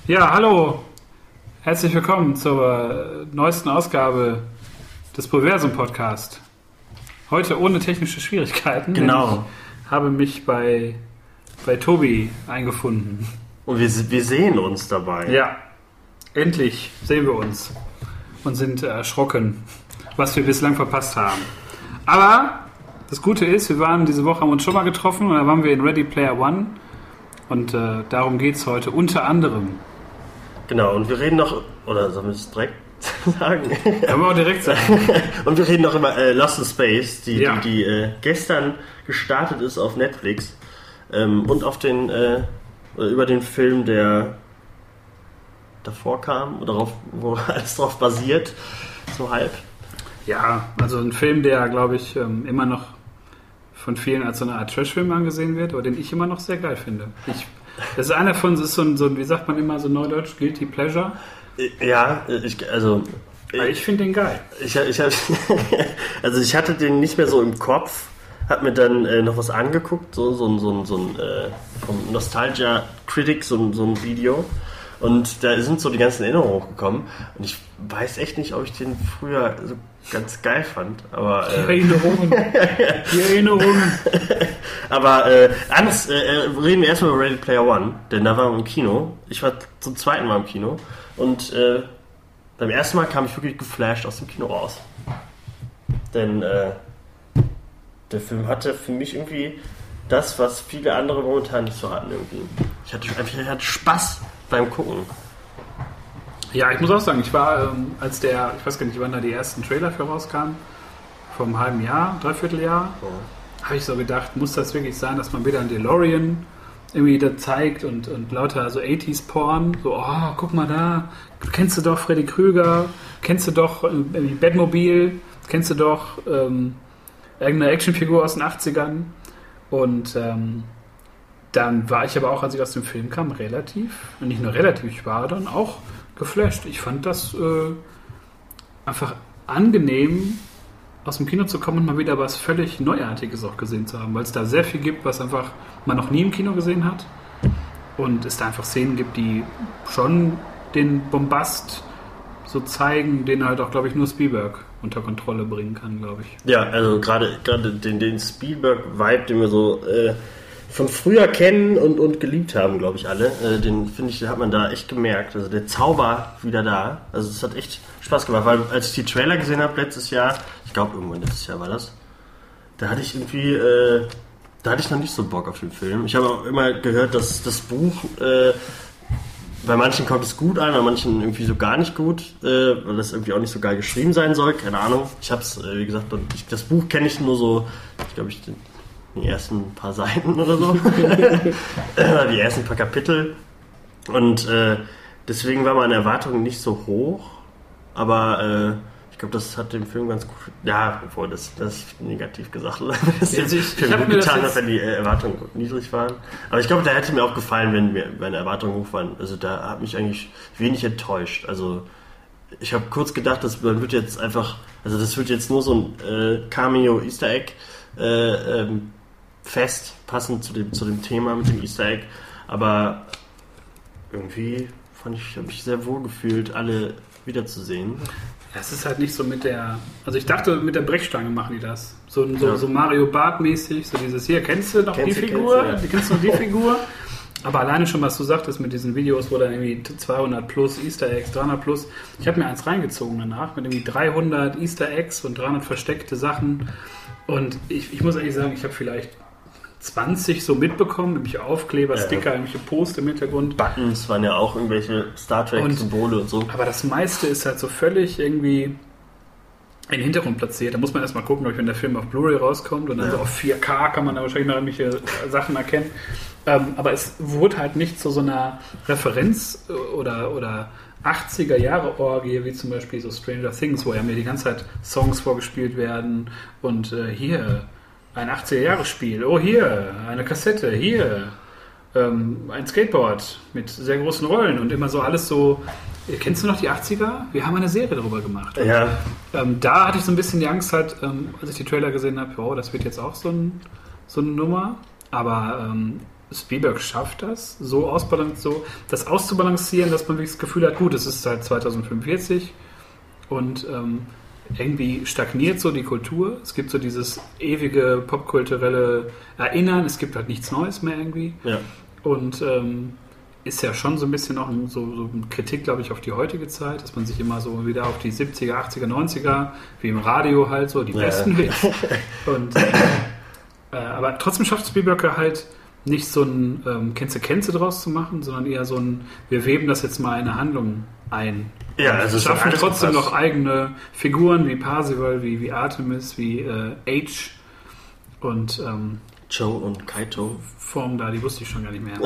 Ja, hallo. Herzlich willkommen zur neuesten Ausgabe des Proversum-Podcast. Heute ohne technische Schwierigkeiten. Genau. Ich habe mich bei Tobi eingefunden. Und wir sehen uns dabei. Ja, endlich sehen wir uns und sind erschrocken, was wir bislang verpasst haben. Aber das Gute ist, haben uns schon mal getroffen und da waren wir in Ready Player One und darum geht es heute unter anderem. Genau, und wir reden noch, oder sollen wir es direkt sagen? Können wir auch direkt sagen. Und wir reden noch über Lost in Space, die gestern gestartet ist auf Netflix und auf über den Film, der davor kam, oder wo alles drauf basiert, so halb. Ja, also ein Film, der, glaube ich, immer noch von vielen als so eine Art Trash-Film angesehen wird, aber den ich immer noch sehr geil finde. Das ist einer von, ist so ein, wie sagt man immer so neudeutsch, Guilty Pleasure. Ja, ich finde den geil. Ich hatte den nicht mehr so im Kopf, hab mir dann noch was angeguckt, so ein vom Nostalgia Critic, so ein Video. Und da sind so die ganzen Erinnerungen hochgekommen. Und ich weiß echt nicht, ob ich den früher so ganz geil fand. Aber, Die Erinnerungen. Aber reden wir erstmal über Ready Player One. Denn da waren wir im Kino. Ich war zum zweiten Mal im Kino. Und beim ersten Mal kam ich wirklich geflasht aus dem Kino raus. Denn der Film hatte für mich irgendwie das, was viele andere momentan nicht so hatten irgendwie. Ich hatte Spaß beim Gucken. Ja, ich muss auch sagen, ich war, ich weiß gar nicht, wann da die ersten Trailer für rauskamen, vor einem halben Jahr, Dreivierteljahr, habe ich so gedacht, muss das wirklich sein, dass man wieder einen DeLorean irgendwie da zeigt und lauter so 80s-Porn, so, oh, guck mal da, kennst du doch Freddy Krüger, kennst du doch irgendwie Batmobil, kennst du doch irgendeine Actionfigur aus den 80ern und dann war ich aber auch, als ich aus dem Film kam, nicht nur relativ, ich war dann auch geflasht. Ich fand das einfach angenehm, aus dem Kino zu kommen und mal wieder was völlig Neuartiges auch gesehen zu haben, weil es da sehr viel gibt, was einfach man noch nie im Kino gesehen hat und es da einfach Szenen gibt, die schon den Bombast so zeigen, den halt auch, glaube ich, nur Spielberg unter Kontrolle bringen kann, glaube ich. Ja, also gerade den Spielberg-Vibe, den wir so von früher kennen und geliebt haben, glaube ich, alle. Den, finde ich, hat man da echt gemerkt. Also der Zauber wieder da. Also es hat echt Spaß gemacht, weil als ich die Trailer gesehen habe letztes Jahr, ich glaube irgendwann letztes Jahr war das, da hatte ich irgendwie, da hatte ich noch nicht so Bock auf den Film. Ich habe auch immer gehört, dass das Buch, bei manchen kommt es gut an, bei manchen irgendwie so gar nicht gut, weil das irgendwie auch nicht so geil geschrieben sein soll. Keine Ahnung. Ich habe es, wie gesagt, das Buch kenne ich nur so, ich glaube, die ersten paar Seiten oder so. Die ersten paar Kapitel. Und deswegen war meine Erwartung nicht so hoch. Aber ich glaube, das hat dem Film ganz gut... Ja, obwohl das ist negativ gesagt. Das dem Film gut getan hat, wenn die Erwartungen niedrig waren. Aber ich glaube, da hätte mir auch gefallen, wenn meine Erwartungen hoch waren. Also da hat mich eigentlich wenig enttäuscht. Also ich habe kurz gedacht, das wird jetzt einfach... Also das wird jetzt nur so ein Cameo Easter Egg fest, passend zu dem Thema mit dem Easter Egg, aber irgendwie habe ich sehr wohl gefühlt, alle wiederzusehen. Ja, es ist halt nicht so also ich dachte, mit der Brechstange machen die das. So Mario Bart mäßig, so dieses hier, kennst du noch die Figur? Kennst du noch die Figur? Aber alleine schon, was du sagtest mit diesen Videos, wo dann irgendwie 200 plus Easter Eggs, 300 plus, ich habe mir eins reingezogen danach, mit irgendwie 300 Easter Eggs und 300 versteckte Sachen und ich muss ehrlich sagen, ich habe vielleicht 20 so mitbekommen, nämlich Aufkleber, Sticker, irgendwelche Post im Hintergrund. Buttons waren ja auch irgendwelche Star Trek-Symbole und so. Aber das meiste ist halt so völlig irgendwie in den Hintergrund platziert. Da muss man erstmal gucken, wenn der Film auf Blu-ray rauskommt und dann so auf 4K kann man da wahrscheinlich noch irgendwelche Sachen erkennen. Aber es wurde halt nicht zu so einer Referenz oder 80er-Jahre-Orgie, wie zum Beispiel so Stranger Things, wo ja mir die ganze Zeit Songs vorgespielt werden und hier ein 80er-Jahre-Spiel, oh hier, eine Kassette, hier, ein Skateboard mit sehr großen Rollen und immer so alles so, kennst du noch die 80er? Wir haben eine Serie darüber gemacht. Ja. Da hatte ich so ein bisschen die Angst halt, als ich die Trailer gesehen habe, das wird jetzt auch so eine Nummer, aber Spielberg schafft das, das auszubalancieren, dass man wirklich das Gefühl hat, gut, es ist seit 2045 und irgendwie stagniert so die Kultur. Es gibt so dieses ewige popkulturelle Erinnern, es gibt halt nichts Neues mehr irgendwie. Ja. Und ist ja schon so ein bisschen auch so eine Kritik, glaube ich, auf die heutige Zeit, dass man sich immer so wieder auf die 70er, 80er, 90er, wie im Radio halt so, die besten Hits. Und aber trotzdem schafft Spielberg halt nicht so ein Kenze draus zu machen, sondern eher so ein, wir weben das jetzt mal in eine Handlung ein. Ja, also schaffen trotzdem noch eigene Figuren wie Parzival, wie Artemis, wie H und Joe und Kaito. Form da, die wusste ich schon gar nicht mehr.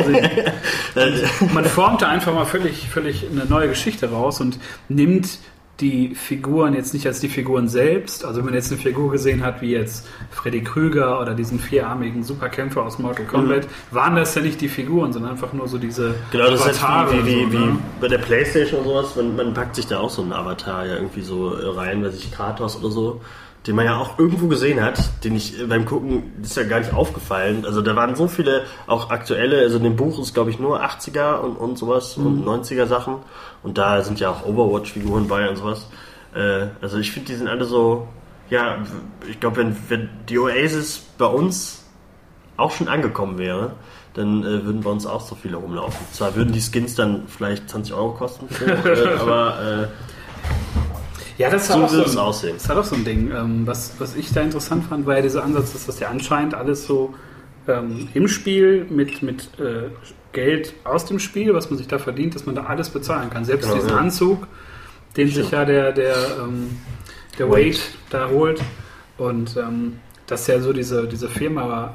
Man formt da einfach mal völlig eine neue Geschichte raus und nimmt die Figuren jetzt nicht als die Figuren selbst, also wenn man jetzt eine Figur gesehen hat, wie jetzt Freddy Krüger oder diesen vierarmigen Superkämpfer aus Mortal Kombat, waren das ja nicht die Figuren, sondern einfach nur so diese Genau, das Avatare ist wie ne? bei der Playstation und sowas, man packt sich da auch so einen Avatar ja irgendwie so rein, weiß ich, Kratos oder so, den man ja auch irgendwo gesehen hat, den ich beim Gucken, das ist ja gar nicht aufgefallen. Also da waren so viele, auch aktuelle, also in dem Buch ist glaube ich nur 80er und sowas und 90er Sachen und da sind ja auch Overwatch-Figuren bei und sowas. Also ich finde, die sind alle so, ja, ich glaube, wenn die Oasis bei uns auch schon angekommen wäre, dann würden bei uns auch so viele rumlaufen. Zwar würden die Skins dann vielleicht 20 Euro kosten, aber ja, das so würde es aussehen. Das war doch so ein Ding. Was ich da interessant fand, war ja dieser Ansatz, dass das ja anscheinend alles so im Spiel mit Geld aus dem Spiel, was man sich da verdient, dass man da alles bezahlen kann. Selbst genau, diesen Anzug, den sich ja der Wade da holt. Und dass ja so diese Firma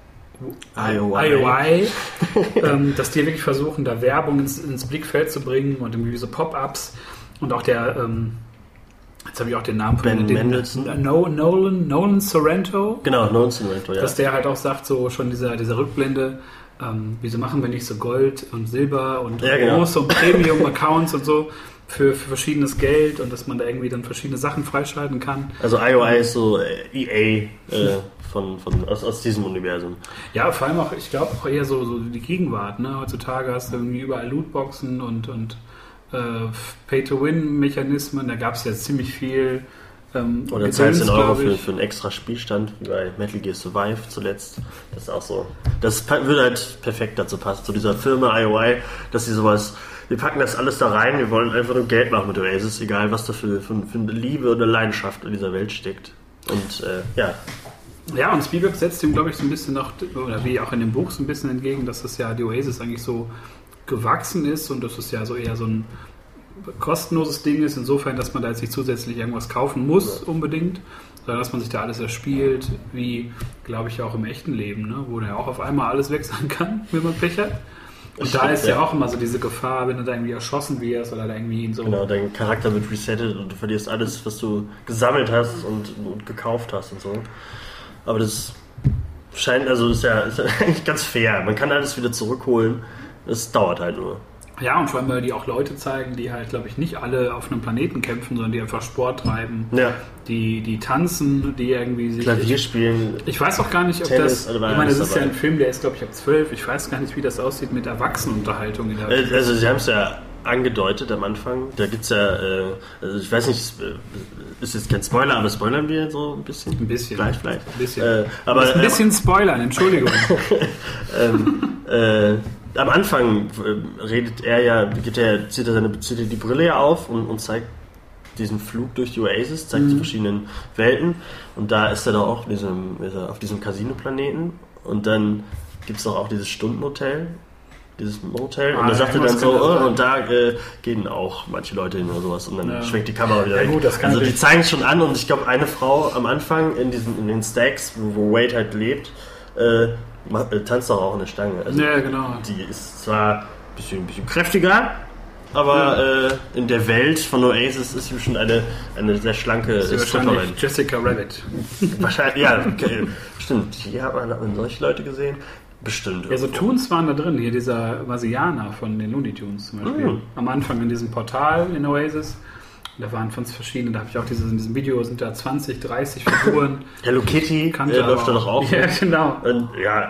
IOI, dass die wirklich versuchen, da Werbung ins Blickfeld zu bringen und irgendwie so Pop-Ups und auch der jetzt habe ich auch den Namen von Nolan Sorrento. Genau, Nolan Sorrento, ja. Dass der halt auch sagt, so schon diese Rückblende, wieso machen wir nicht so Gold und Silber und große und Premium-Accounts und so für verschiedenes Geld und dass man da irgendwie dann verschiedene Sachen freischalten kann. Also IOI ist so EA aus diesem Universum. Ja, vor allem auch, ich glaube auch eher so die Gegenwart. Ne? Heutzutage hast du irgendwie überall Lootboxen und Pay-to-Win-Mechanismen, da gab es jetzt ziemlich viel. Oder zahlst du Euro für einen extra Spielstand, wie bei Metal Gear Survive zuletzt. Das ist auch so. Das würde halt perfekt dazu passen, zu dieser Firma IOI, dass sie sowas, wir packen das alles da rein, wir wollen einfach nur Geld machen mit Oasis, egal was da für eine Liebe oder Leidenschaft in dieser Welt steckt. Und ja. Ja, und Spielberg setzt ihm, glaube ich, so ein bisschen noch, oder wie auch in dem Buch so ein bisschen entgegen, dass das ja die Oasis eigentlich so gewachsen ist und dass es ja so eher so ein kostenloses Ding ist, insofern, dass man da jetzt nicht zusätzlich irgendwas kaufen muss unbedingt, sondern dass man sich da alles erspielt, wie, glaube ich, auch im echten Leben, ne? Wo ja auch auf einmal alles weg sein kann, wenn man Pech hat. Und da ist ja auch immer so diese Gefahr, wenn du da irgendwie erschossen wirst oder da irgendwie in so... Genau, dein Charakter wird resettet und du verlierst alles, was du gesammelt hast und gekauft hast und so. Aber das scheint, also ist ja eigentlich ganz fair. Man kann alles wieder zurückholen. Es dauert halt nur. Ja, und vor allem, weil die auch Leute zeigen, die halt, glaube ich, nicht alle auf einem Planeten kämpfen, sondern die einfach Sport treiben, die tanzen, die irgendwie sich... Klavier spielen. Ich weiß auch gar nicht, ob Tennis, das... Ich meine, das ist ja ein Film, der ist, glaube ich, ab 12. Ich weiß gar nicht, wie das aussieht mit Erwachsenenunterhaltung in der Also sie haben es ja angedeutet am Anfang. Da gibt es ja... also ich weiß nicht, ist jetzt kein Spoiler, aber spoilern wir so ein bisschen? Ein bisschen. Vielleicht. Ein bisschen. Aber ein bisschen spoilern, Entschuldigung. Am Anfang zieht er die Brille ja auf und zeigt diesen Flug durch die Oasis, zeigt die verschiedenen Welten und da ist er doch auch auf diesem Casino-Planeten und dann gibt es doch auch dieses Stundenhotel, dieses Motel und da sagt er dann so, und da gehen auch manche Leute hin oder sowas und dann schwenkt die Kamera wieder weg. Gut, das kann also die zeigen es schon an und ich glaube eine Frau am Anfang in den Stacks, wo Wade halt lebt, tanzt auch eine Stange. Also ja, genau. Die ist zwar ein bisschen kräftiger, aber in der Welt von Oasis ist sie schon eine sehr schlanke Stripperin. Jessica Rabbit. Wahrscheinlich, ja, okay, stimmt. Hier hat man solche Leute gesehen. Bestimmt. Ja, so Toons waren da drin. Hier dieser Vasianer von den Looney Tunes zum Beispiel. Am Anfang in diesem Portal in Oasis. Da waren von verschiedenen, da habe ich auch in diesem Video sind da 20, 30 Figuren. Hello Kitty läuft da doch auch. Ja, genau. Und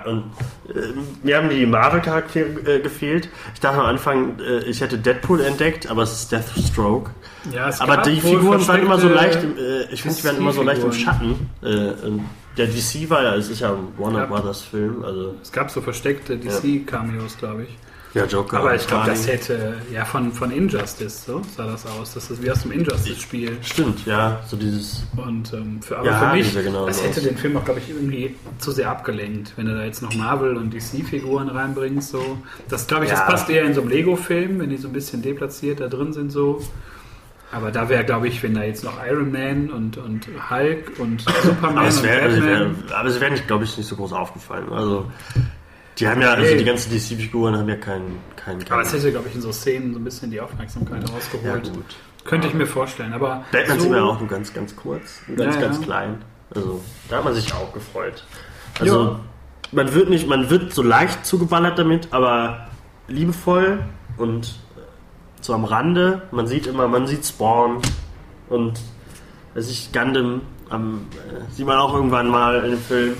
mir haben die Marvel-Charaktere gefehlt. Ich dachte am Anfang, ich hätte Deadpool entdeckt, aber es ist Deathstroke. Ja, aber die Figuren waren immer so leicht, ich finde, die waren immer so leicht im Schatten. Der DC war ja, es ist ja ein Warner Brothers Film. Also. Es gab so versteckte DC-Cameos, glaube ich. Ja, Joker. Aber ich glaube, das hätte von Injustice, so sah das aus. Das ist wie aus dem Injustice-Spiel. Stimmt, ja, so dieses. Und für mich, genau das hätte den Film auch, glaube ich, irgendwie zu sehr abgelenkt, wenn du da jetzt noch Marvel- und DC-Figuren reinbringst. So. Das, glaube ich, das passt eher in so einem Lego-Film, wenn die so ein bisschen deplatziert da drin sind. So. Aber da wäre, glaube ich, wenn da jetzt noch Iron Man und Hulk und Superman aber und Batman... Aber sie wären, glaube ich, nicht so groß aufgefallen. Also... Die haben ja, also die ganzen DC-Figuren haben ja keinen. Aber es hätte, glaube ich, in so Szenen so ein bisschen die Aufmerksamkeit rausgeholt. Ja, gut. Könnte ich mir vorstellen. Aber Batman sieht man ja auch nur ganz, ganz kurz. Ganz klein. Also, da hat man sich auch gefreut. Also, man wird so leicht zugeballert damit, aber liebevoll und so am Rande. Man sieht Spawn und Gundam sieht man auch irgendwann mal in dem Film.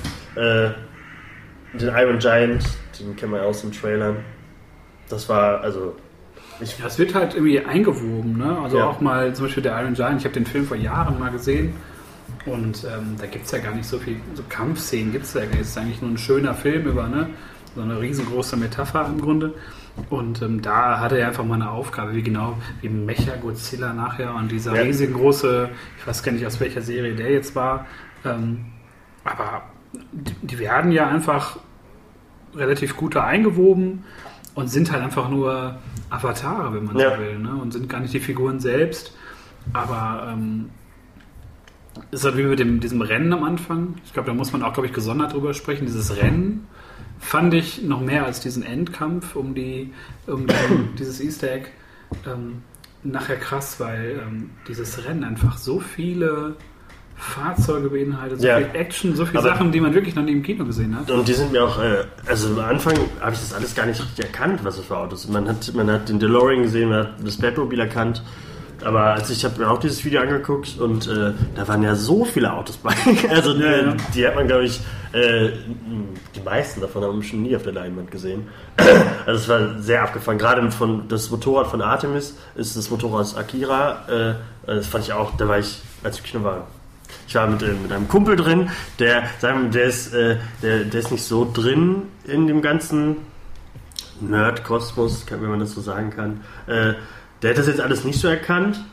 Den Iron Giant, den kennen wir ja aus den Trailern. Das war, also... es wird halt irgendwie eingewoben, ne? Also auch mal zum Beispiel der Iron Giant, ich habe den Film vor Jahren mal gesehen und da gibt es ja gar nicht so viel, so Kampfszenen gibt es ja, es ist eigentlich nur ein schöner Film über, ne? So eine riesengroße Metapher im Grunde. Und da hatte er einfach mal eine Aufgabe, wie Mecha-Godzilla nachher und dieser riesengroße, ich weiß gar nicht, aus welcher Serie der jetzt war, aber die werden ja einfach relativ gut da eingewoben und sind halt einfach nur Avatare, wenn man so will, ne? Und sind gar nicht die Figuren selbst. Aber ist halt wie mit diesem Rennen am Anfang. Ich glaube, da muss man auch, gesondert drüber sprechen. Dieses Rennen fand ich noch mehr als diesen Endkampf um dieses Easter Egg nachher krass, weil dieses Rennen einfach so viele Fahrzeuge beinhaltet, so viel Action, so viele Sachen, die man wirklich noch nie im Kino gesehen hat. Und die sind mir auch, also am Anfang habe ich das alles gar nicht richtig erkannt, was es für Autos sind. Man hat den DeLorean gesehen, man hat das Batmobile erkannt, aber ich habe mir auch dieses Video angeguckt und da waren ja so viele Autos bei. Also die hat man, glaube ich, die meisten davon haben wir schon nie auf der Leinwand gesehen. Also es war sehr abgefahren. Gerade das Motorrad von Artemis ist das Motorrad aus Akira. Das fand ich auch, da war ich, als ich Kino war, ich war mit einem Kumpel drin, der ist nicht so drin in dem ganzen Nerd-Kosmos, wenn man das so sagen kann. Der hat das jetzt alles nicht so erkannt.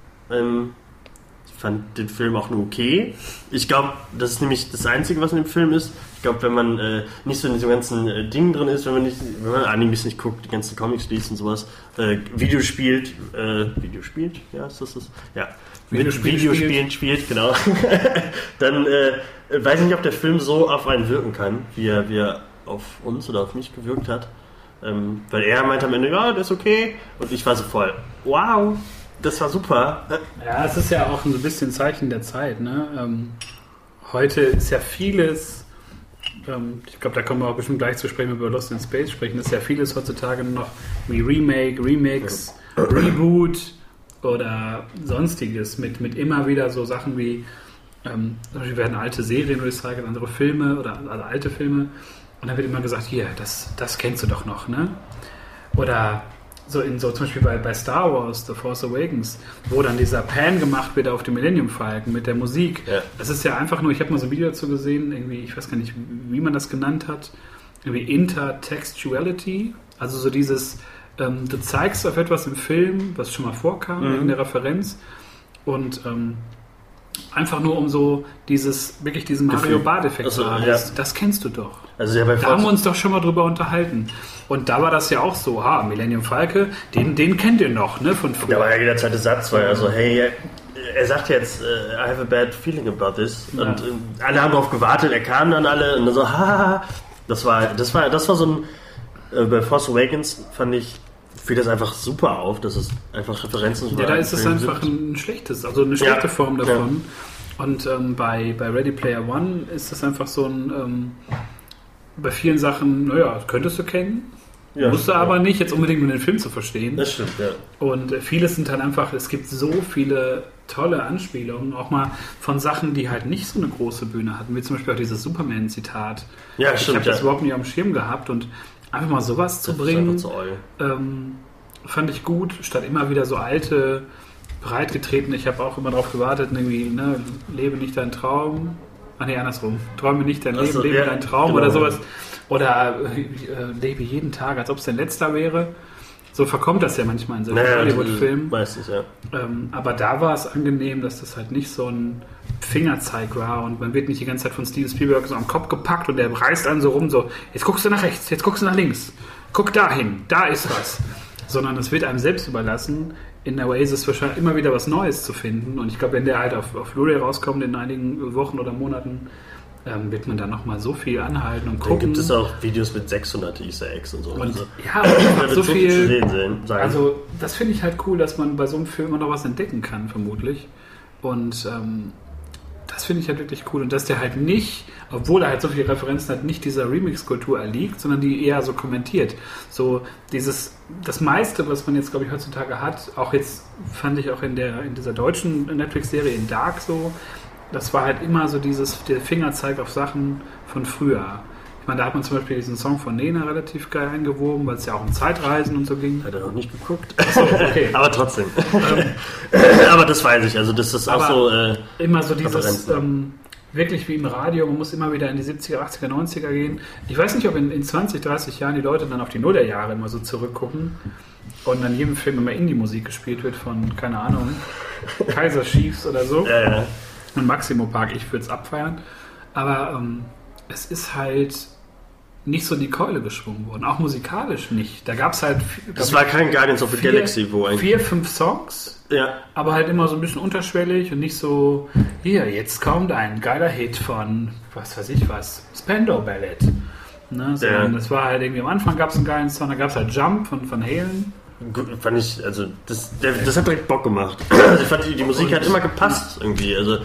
Ich fand den Film auch nur okay. Ich glaube, das ist nämlich das Einzige, was in dem Film ist. Ich glaube, wenn man nicht so in diesem ganzen Ding drin ist, wenn man Animes nicht guckt, die ganzen Comics liest und sowas, Video spielt, ja, ist das? Ja. Videospielen spielt, genau. Dann weiß ich nicht, ob der Film so auf einen wirken kann, wie er auf uns oder auf mich gewirkt hat. Weil er meinte am Ende, ja, das ist okay. Und ich war so voll, wow, das war super. Ja, es ist ja auch ein bisschen Zeichen der Zeit. Ne? Heute ist ja vieles, ich glaube, da kommen wir auch bestimmt gleich zu sprechen, über Lost in Space sprechen, ist ja vieles heutzutage nur noch wie Remix, Reboot oder sonstiges mit immer wieder so Sachen wie zum Beispiel werden alte Serien recycelt, andere Filme oder also alte Filme und dann wird immer gesagt, hier, das kennst du doch noch, ne? Oder so zum Beispiel bei Star Wars, The Force Awakens, wo dann dieser Pan gemacht wird auf dem Millennium Falcon mit der Musik. Ja. Das ist ja einfach nur, ich habe mal so ein Video dazu gesehen, irgendwie, ich weiß gar nicht, wie man das genannt hat, irgendwie Intertextuality, also so dieses du zeigst auf etwas im Film, was schon mal vorkam, in der Referenz und einfach nur um so diesen Mario Bart-Effekt zu haben. Das kennst du doch. Also da haben wir uns doch schon mal drüber unterhalten. Und da war das ja auch so, Millennium Falcon, den kennt ihr noch, ne, von früher. Da war ja jeder zweite Satz, war ja so, hey, er sagt jetzt, I have a bad feeling about this. Ja. Und alle haben darauf gewartet, er kam dann alle und dann so, haha. Das war so ein, bei Force Awakens fand ich, fiel das einfach super auf, dass es einfach Referenzen sind. Ja, da ist es einfach eine schlechte Form davon. Ja. Und bei Ready Player One ist das einfach so ein, bei vielen Sachen, naja, könntest du kennen. Ja, Musst du aber nicht jetzt unbedingt, um den Film zu verstehen. Das stimmt, ja. Und vieles sind dann einfach, es gibt so viele tolle Anspielungen, auch mal von Sachen, die halt nicht so eine große Bühne hatten, wie zum Beispiel auch dieses Superman-Zitat. Ja, ich stimmt. habe das überhaupt nicht am Schirm gehabt und einfach mal sowas zu bringen, fand ich gut, statt immer wieder so alte, breitgetreten. Ich habe auch immer darauf gewartet, irgendwie, ne, lebe nicht deinen Traum. Ach nee, andersrum. Träume nicht dein Leben, lebe deinen Traum genau. Oder sowas. Oder lebe jeden Tag, als ob es dein letzter wäre. So verkommt das ja manchmal in solchen Hollywood-Filmen. Meistens, ja. Aber da war es angenehm, dass das halt nicht so ein Fingerzeig war und man wird nicht die ganze Zeit von Steven Spielberg so am Kopf gepackt und der reißt einen so rum, so, jetzt guckst du nach rechts, jetzt guckst du nach links, guck dahin, da ist was. Sondern es wird einem selbst überlassen, in der Oasis wahrscheinlich immer wieder was Neues zu finden. Und ich glaube, wenn der halt auf Blu-ray rauskommt in einigen Wochen oder Monaten, wird man da nochmal so viel anhalten und gucken. Dann gibt es auch Videos mit 600 Easter Eggs und so. Und, also, ja, und so viel zu sehen sein. Also das finde ich halt cool, dass man bei so einem Film immer noch was entdecken kann, vermutlich. Und das finde ich halt wirklich cool. Und dass der halt nicht, obwohl er halt so viele Referenzen hat, nicht dieser Remix-Kultur erliegt, sondern die eher so kommentiert. So das meiste, was man jetzt, glaube ich, heutzutage hat, auch jetzt fand ich auch in dieser deutschen Netflix-Serie in Dark so, das war halt immer so der Fingerzeig auf Sachen von früher. Ich meine, da hat man zum Beispiel diesen Song von Nena relativ geil eingewoben, weil es ja auch um Zeitreisen und so ging. Hat er noch nicht geguckt. Achso, okay. Aber trotzdem. Aber das weiß ich. Also das ist auch so... immer so dieses... wirklich wie im Radio, man muss immer wieder in die 70er, 80er, 90er gehen. Ich weiß nicht, ob in 20, 30 Jahren die Leute dann auf die Nullerjahre immer so zurückgucken und an jedem Film immer Indie-Musik gespielt wird von, keine Ahnung, Kaiser Chiefs oder so. Ja. Und Maximo Park, ich würde es abfeiern. Aber es ist halt nicht so in die Keule geschwungen worden. Auch musikalisch nicht. Da gab es halt... Das war kein Guardians of the Galaxy, wo eigentlich... 4, 5 Songs, aber halt immer so ein bisschen unterschwellig und nicht so, hier, jetzt kommt ein geiler Hit von, was weiß ich was, Spandau Ballet. Ne? Sondern das war halt irgendwie, am Anfang gab es einen geilen Song, da gab es halt Jump von Halen. Gut, fand ich, also das hat direkt Bock gemacht. Also ich fand, die Musik hat immer gepasst irgendwie. Also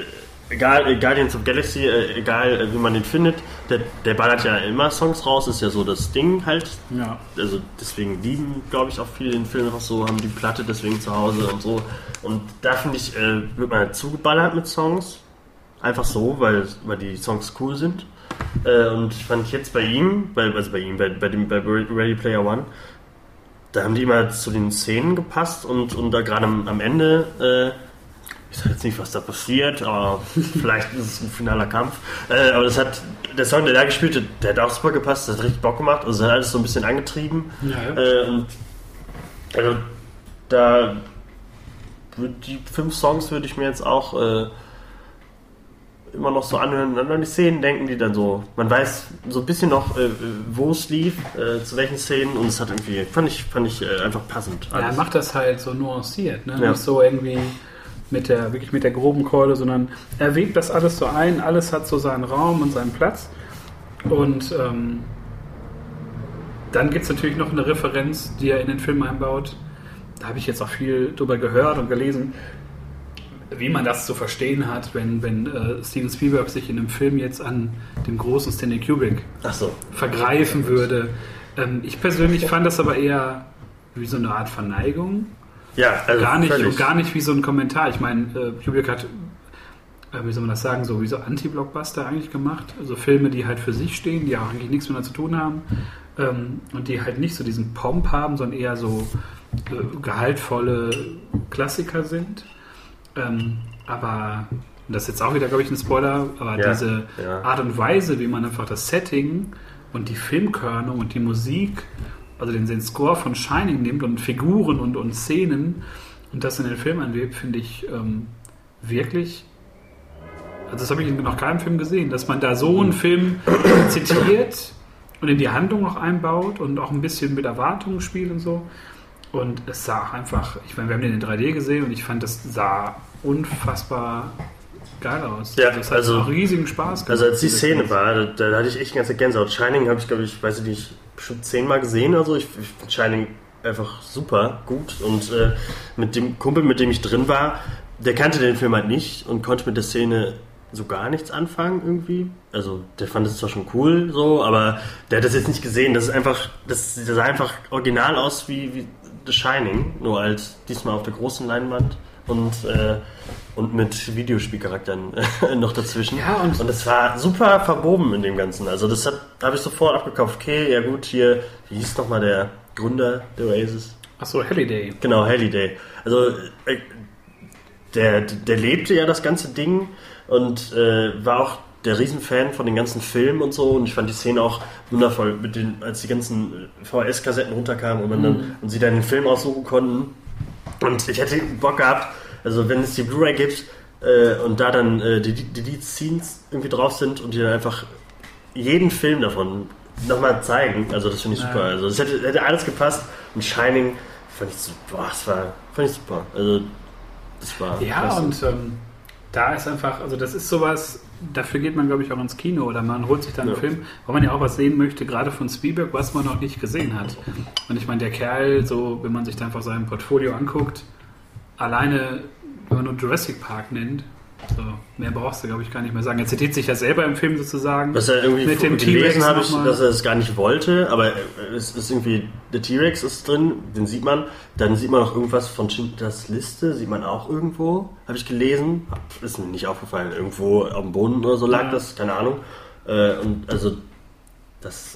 egal, Guardians of Galaxy, egal wie man den findet, der ballert ja immer Songs raus, ist ja so das Ding halt. Ja. Also deswegen lieben, glaube ich, auch viele den Film einfach so, haben die Platte deswegen zu Hause und so. Und da finde ich, wird man halt zugeballert mit Songs. Einfach so, weil die Songs cool sind. Und ich fand jetzt bei Ready Player One, da haben die immer zu den Szenen gepasst und da gerade am Ende, ich sage jetzt nicht, was da passiert, aber vielleicht ist es ein finaler Kampf. Aber der Song, der da gespielt hat, der hat auch super gepasst, das hat richtig Bock gemacht. Also das hat alles so ein bisschen angetrieben. Ja. Und also da die 5 Songs würde ich mir jetzt auch immer noch so anhören und an die Szenen denken, die dann so, man weiß so ein bisschen noch, wo es lief, zu welchen Szenen, und es hat irgendwie, fand ich einfach passend. Alles. Ja, er macht das halt so nuanciert, ne? Ja. Nicht so irgendwie mit der groben Keule, sondern er webt das alles so ein, alles hat so seinen Raum und seinen Platz. Und dann gibt es natürlich noch eine Referenz, die er in den Film einbaut. Da habe ich jetzt auch viel drüber gehört und gelesen, wie man das zu verstehen hat, wenn Steven Spielberg sich in einem Film jetzt an dem großen Stanley Kubrick vergreifen würde. Ich persönlich fand das aber eher wie so eine Art Verneigung. Ja, also gar nicht wie so ein Kommentar. Ich meine, Kubrick hat, wie soll man das sagen, so wie so Anti-Blockbuster eigentlich gemacht. Also Filme, die halt für sich stehen, die auch eigentlich nichts mehr zu tun haben und die halt nicht so diesen Pomp haben, sondern eher so gehaltvolle Klassiker sind. Aber das ist jetzt auch wieder, glaube ich, ein Spoiler, aber diese Art und Weise, wie man einfach das Setting und die Filmkörnung und die Musik, also den Score von Shining nimmt und Figuren und Szenen und das in den Film einwebt, finde ich wirklich, also das habe ich in noch keinem Film gesehen, dass man da so einen Film zitiert und in die Handlung noch einbaut und auch ein bisschen mit Erwartungen spielt und so. Und es sah auch einfach, ich meine, wir haben den in 3D gesehen und ich fand, das sah unfassbar geil aus. Ja, das hat auch riesigen Spaß gemacht. Also als die Szene war, da hatte ich echt eine ganze Gänsehaut. Shining habe ich, glaube ich, weiß ich nicht, bestimmt 10-mal gesehen oder so. Ich finde Shining einfach super gut. Und mit dem Kumpel, mit dem ich drin war, der kannte den Film halt nicht und konnte mit der Szene so gar nichts anfangen irgendwie. Also der fand es zwar schon cool so, aber der hat das jetzt nicht gesehen. Das sah einfach original aus wie The Shining, nur halt diesmal auf der großen Leinwand und mit Videospielcharakteren noch dazwischen. Ja, und es war super verwoben in dem Ganzen. Also das habe ich sofort abgekauft. Okay, ja gut, hier, wie hieß nochmal der Gründer der Oasis? Achso, Halliday. Genau, Halliday. Also der lebte ja das ganze Ding und war auch der Riesenfan von den ganzen Filmen und so, und ich fand die Szene auch wundervoll, als die ganzen VHS-Kassetten runterkamen und sie dann den Film aussuchen konnten. Und ich hätte Bock gehabt, also wenn es die Blu-ray gibt und da dann die Scenes irgendwie drauf sind und die dann einfach jeden Film davon nochmal zeigen, also das finde ich super. Also das hätte alles gepasst, und Shining fand ich super. Also das war klasse. Und da ist einfach, also das ist sowas, dafür geht man, glaube ich, auch ins Kino oder man holt sich dann einen Film, weil man ja auch was sehen möchte, gerade von Spielberg, was man noch nicht gesehen hat. Und ich meine, der Kerl, so, wenn man sich da einfach sein Portfolio anguckt, alleine, wenn man nur Jurassic Park nennt, so, mehr brauchst du, glaube ich, gar nicht mehr sagen. Er zitiert sich ja selber im Film sozusagen. Was er irgendwie mit dem gelesen habe ich, dass er es gar nicht wollte, aber es ist irgendwie, der T-Rex ist drin, den sieht man. Dann sieht man noch irgendwas von Schindlers Liste, sieht man auch irgendwo, habe ich gelesen. Ist mir nicht aufgefallen, irgendwo auf dem Boden oder so lag das, keine Ahnung. Und also das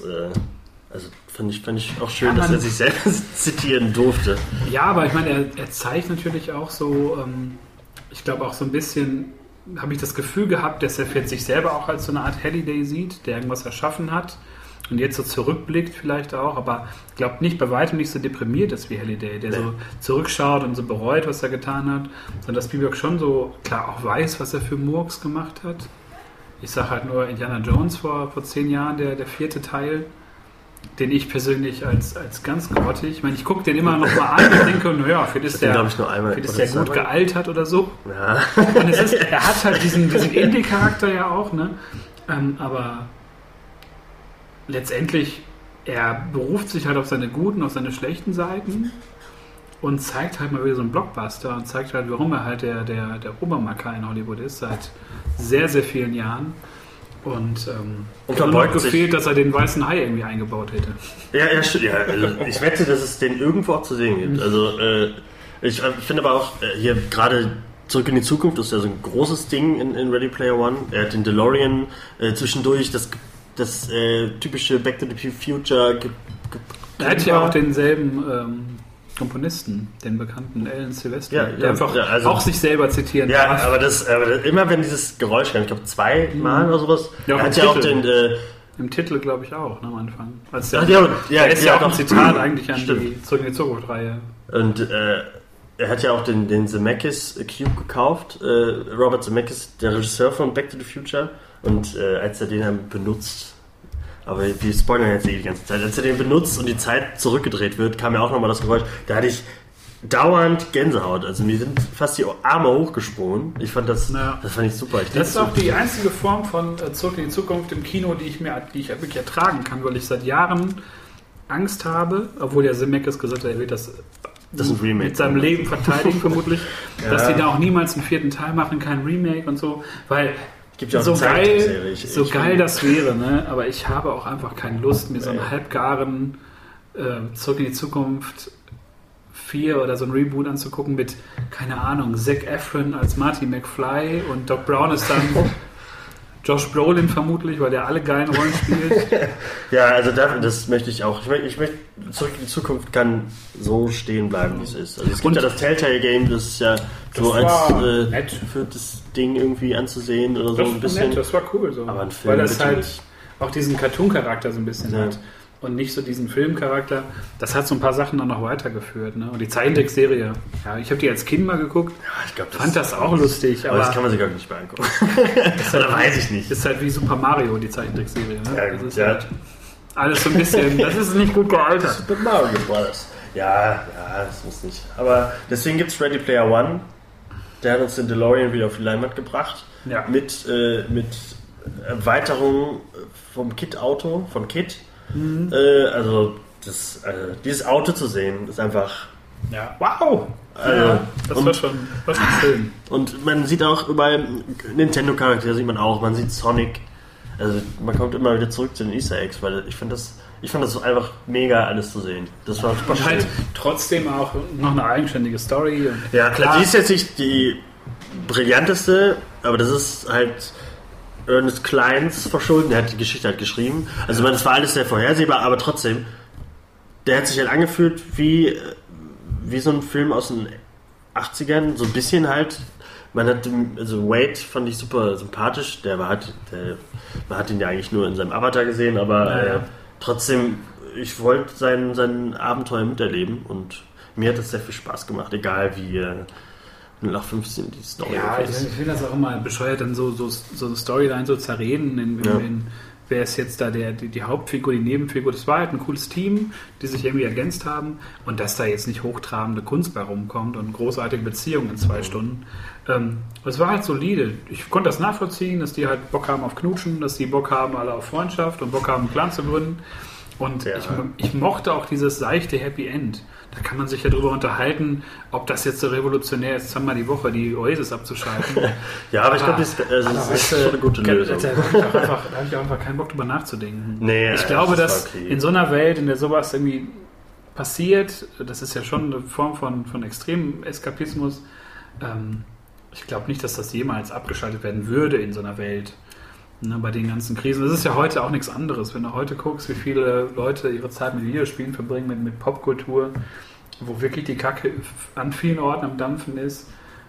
fand ich auch schön, dass er sich selber zitieren durfte. Ja, aber ich meine, er zeigt natürlich auch so, ich glaube auch so ein bisschen, habe ich das Gefühl gehabt, dass er für sich selber auch als so eine Art Halliday sieht, der irgendwas erschaffen hat und jetzt so zurückblickt vielleicht auch, aber ich glaube nicht, bei weitem nicht so deprimiert ist wie Halliday, der so zurückschaut und so bereut, was er getan hat, sondern dass Spielberg schon so, klar, auch weiß, was er für Murks gemacht hat. Ich sage halt nur Indiana Jones vor 10 Jahren, der 4. Teil, den ich persönlich als ganz grottig, ich meine, ich gucke den immer noch mal an und denke, naja, vielleicht ist der gut gealtert oder so. Ja. Und er hat halt diesen Indie-Charakter ja auch, ne? Aber letztendlich, er beruft sich halt auf seine guten, auf seine schlechten Seiten und zeigt halt mal wieder so einen Blockbuster und zeigt halt, warum er halt der Obermacker in Hollywood ist, seit sehr, sehr vielen Jahren. Und verbeugt gefehlt, dass er den weißen Hai irgendwie eingebaut hätte. Ja, stimmt. Ja, also ich wette, dass es den irgendwo auch zu sehen gibt. Also ich finde aber auch hier gerade Zurück in die Zukunft ist ja so ein großes Ding in Ready Player One. Er hat den DeLorean zwischendurch, das typische Back to the Future. Er hat ja auch denselben Komponisten, den bekannten Alan Silvestri, der einfach auch sich selber zitieren darf. Ja, aber immer wenn dieses Geräusch kommt, ich glaube 2 Mal oder sowas, ja, er hat ja auch den... Im Titel, glaube ich, auch, ne, am Anfang. Er ist ja auch ein Zitat eigentlich an die Zurück in die Zukunft-Reihe. Und er hat ja auch den Zemeckis Cube gekauft, Robert Zemeckis, der Regisseur von Back to the Future, und als er den dann benutzt, aber wir spoilern jetzt die ganze Zeit. Als er den benutzt und die Zeit zurückgedreht wird, kam ja auch nochmal das Geräusch. Da hatte ich dauernd Gänsehaut. Also mir sind fast die Arme hochgesprungen. Ich fand das fand ich super. Das ist auch die einzige Form von Zurück in die Zukunft im Kino, die ich wirklich ertragen kann, weil ich seit Jahren Angst habe, obwohl der Zemeckis gesagt hat, er wird das mit seinem Leben verteidigen vermutlich, dass die da auch niemals einen 4. Teil machen, kein Remake und so, weil gibt ja auch so geil das wäre, ne? Aber ich habe auch einfach keine Lust, mir so einen halbgaren Zurück in die Zukunft 4 oder so ein Reboot anzugucken mit, keine Ahnung, Zac Efron als Marty McFly und Doc Brown ist dann Josh Brolin vermutlich, weil der alle geilen Rollen spielt. Ja, also das möchte ich auch. Ich möchte, Zurück in die Zukunft kann so stehen bleiben, wie es ist. Also es gibt ja das Telltale-Game, das ist ja so als für das Ding irgendwie anzusehen oder so ein bisschen. Nett, das war cool so. Aber ein Film, weil das halt auch diesen Cartoon-Charakter so ein bisschen hat. Und nicht so diesen Filmcharakter. Das hat so ein paar Sachen dann noch weitergeführt. Ne? Und die Zeichentrickserie, ja, ich habe die als Kind mal geguckt, fand das auch lustig. Aber das kann man sich gar nicht mehr angucken. Oder weiß ich nicht. Ist halt wie Super Mario, die Zeichentrickserie. Ne? Ja, das ist halt alles so ein bisschen, das ist nicht gut gealtert. Super Mario Bros. Ja, das muss nicht. Aber deswegen gibt es Ready Player One. Der hat uns den DeLorean wieder auf die Leinwand gebracht. Ja. Mit Erweiterung vom Kit-Auto, von Kit. Also dieses Auto zu sehen, ist einfach Ja, wow! Also, das war schon schön. Und man sieht auch überall Nintendo-Charaktere, sieht man auch, man sieht Sonic. Also man kommt immer wieder zurück zu den Easter Eggs, weil ich fand das einfach mega, alles zu sehen. Das war super schön. Halt trotzdem auch noch eine eigenständige Story. Ja, klar. Die ist jetzt nicht die brillanteste, aber das ist halt Ernest Clines Verschulden. Der hat die Geschichte halt geschrieben. Also das war alles sehr vorhersehbar, aber trotzdem, der hat sich halt angefühlt wie so ein Film aus den 80ern, so ein bisschen halt. Man hat, also Wade fand ich super sympathisch, man hat ihn ja eigentlich nur in seinem Avatar gesehen, aber trotzdem, ich wollte sein Abenteuer miterleben und mir hat das sehr viel Spaß gemacht, egal wie nach 15 die Story ist. Ich finde das auch immer bescheuert, dann so eine Storyline so zerreden, in wer ist jetzt da die Hauptfigur, die Nebenfigur. Das war halt ein cooles Team, die sich irgendwie ergänzt haben und dass da jetzt nicht hochtrabende Kunst bei rumkommt und großartige Beziehungen in 2 Stunden. Es war halt solide. Ich konnte das nachvollziehen, dass die halt Bock haben auf Knutschen, dass die Bock haben alle auf Freundschaft und Bock haben, einen Clan zu gründen. Und ich mochte auch dieses seichte Happy End. Da kann man sich ja drüber unterhalten, ob das jetzt so revolutionär ist, zweimal die Woche die Oasis abzuschalten. Ja, aber ich glaube, das ist schon eine gute Lösung. Da habe ich auch einfach keinen Bock drüber nachzudenken. Nee, ich glaube, dass in so einer Welt, in der sowas irgendwie passiert, das ist ja schon eine Form von extremem Eskapismus, ich glaube nicht, dass das jemals abgeschaltet werden würde in so einer Welt. Ne, bei den ganzen Krisen. Das ist ja heute auch nichts anderes. Wenn du heute guckst, wie viele Leute ihre Zeit mit Videospielen verbringen, mit Popkultur, wo wirklich die Kacke an vielen Orten am Dampfen ist,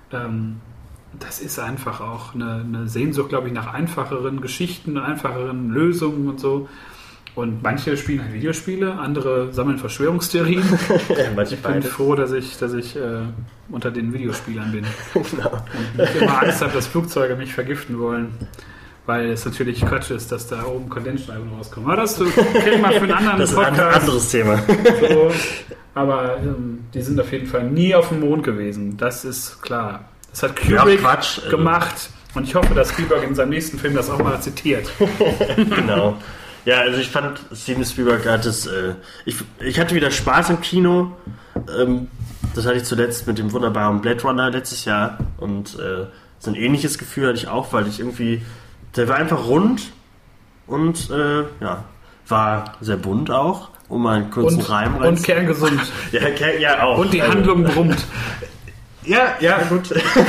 das ist einfach auch eine Sehnsucht, glaube ich, nach einfacheren Geschichten, einfacheren Lösungen und so. Und manche spielen halt Videospiele, andere sammeln Verschwörungstheorien. Ich bin froh, dass ich unter den Videospielern bin. Genau. Und nicht immer Angst habe, dass Flugzeuge mich vergiften wollen. Weil es natürlich Quatsch ist, dass da oben Kondensscheiben rauskommen. Aber das kennen wir für einen anderen das Podcast. Das ist ein anderes Thema. So, aber die sind auf jeden Fall nie auf dem Mond gewesen. Das ist klar. Das hat Kubrick gemacht. Und ich hoffe, dass Spielberg in seinem nächsten Film das auch mal zitiert. Genau. Ja, also ich fand, Steven Spielberg hat es... ich hatte wieder Spaß im Kino. Das hatte ich zuletzt mit dem wunderbaren Blade Runner letztes Jahr. Und so ein ähnliches Gefühl hatte ich auch, weil ich irgendwie... Der war einfach rund und war sehr bunt auch, um mal einen kurzen Reim rein. Und kerngesund. ja, auch. Und die Handlung brummt. Ja, gut.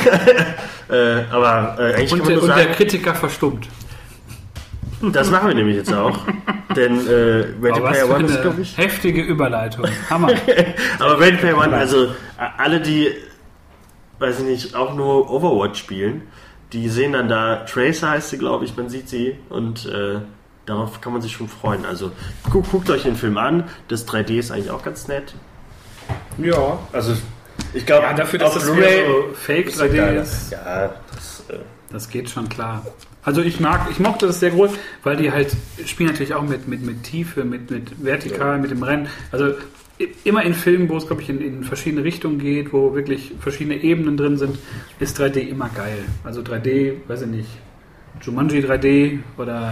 Aber eigentlich kann man nur sagen, der Kritiker verstummt. Das machen wir nämlich jetzt auch. Denn Ready Player One ist, glaube ich... heftige Überleitung. Hammer. Aber Ready Player One, also alle, die, weiß ich nicht, auch nur Overwatch spielen, die sehen dann da, Tracer heißt sie, glaube ich, man sieht sie und darauf kann man sich schon freuen. Also guckt euch den Film an, das 3D ist eigentlich auch ganz nett. Ja. Also ich glaube, dafür, dass das Blu-ray so Fake 3D ist. Ja, das geht schon klar. Also ich mochte das sehr groß, weil die halt spielen natürlich auch mit Tiefe, mit vertikal, mit dem Rennen. Also immer in Filmen, wo es, glaube ich, in verschiedene Richtungen geht, wo wirklich verschiedene Ebenen drin sind, ist 3D immer geil. Also 3D, weiß ich nicht, Jumanji 3D oder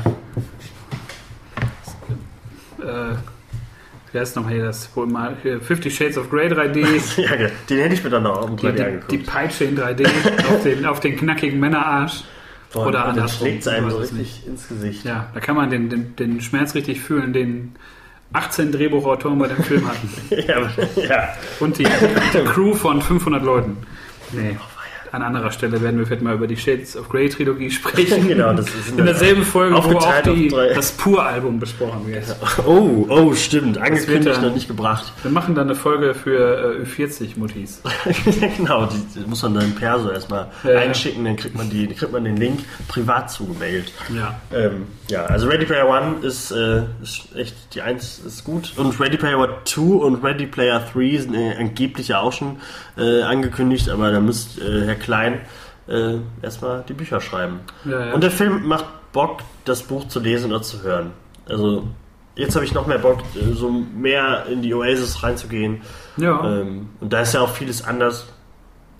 wie heißt nochmal hier das, wo immer 50 Shades of Grey 3D. Ja, den hätte ich mir dann auch im 3D angeguckt. Die Peitsche in 3D auf den knackigen Männerarsch. Oder andersrum. Dann schlägt es einem so richtig ins Gesicht. Ja, da kann man den Schmerz richtig fühlen, den 18 Drehbuchautoren bei dem Film hatten. ja. Und die Crew von 500 Leuten. Nee. An anderer Stelle werden wir vielleicht mal über die Shades of Grey Trilogie sprechen. Genau, das ist in derselben Folge, wo auch das Pur-Album besprochen wird. Oh, stimmt. Angekündigt, noch nicht gebracht. Wir machen dann eine Folge für Ü40-Muttis. Genau, die muss man dann in Perso erstmal einschicken, dann kriegt man den Link privat zugemailt. Ja. Also Ready Player One ist echt, die 1 ist gut. Und Ready Player 2 und Ready Player 3 sind angeblich ja auch schon angekündigt, aber da müsst Herr Klein erstmal die Bücher schreiben. Ja. Und der Film macht Bock, das Buch zu lesen oder zu hören. Also jetzt habe ich noch mehr Bock, so mehr in die Oasis reinzugehen. Ja. Und da ist ja auch vieles anders.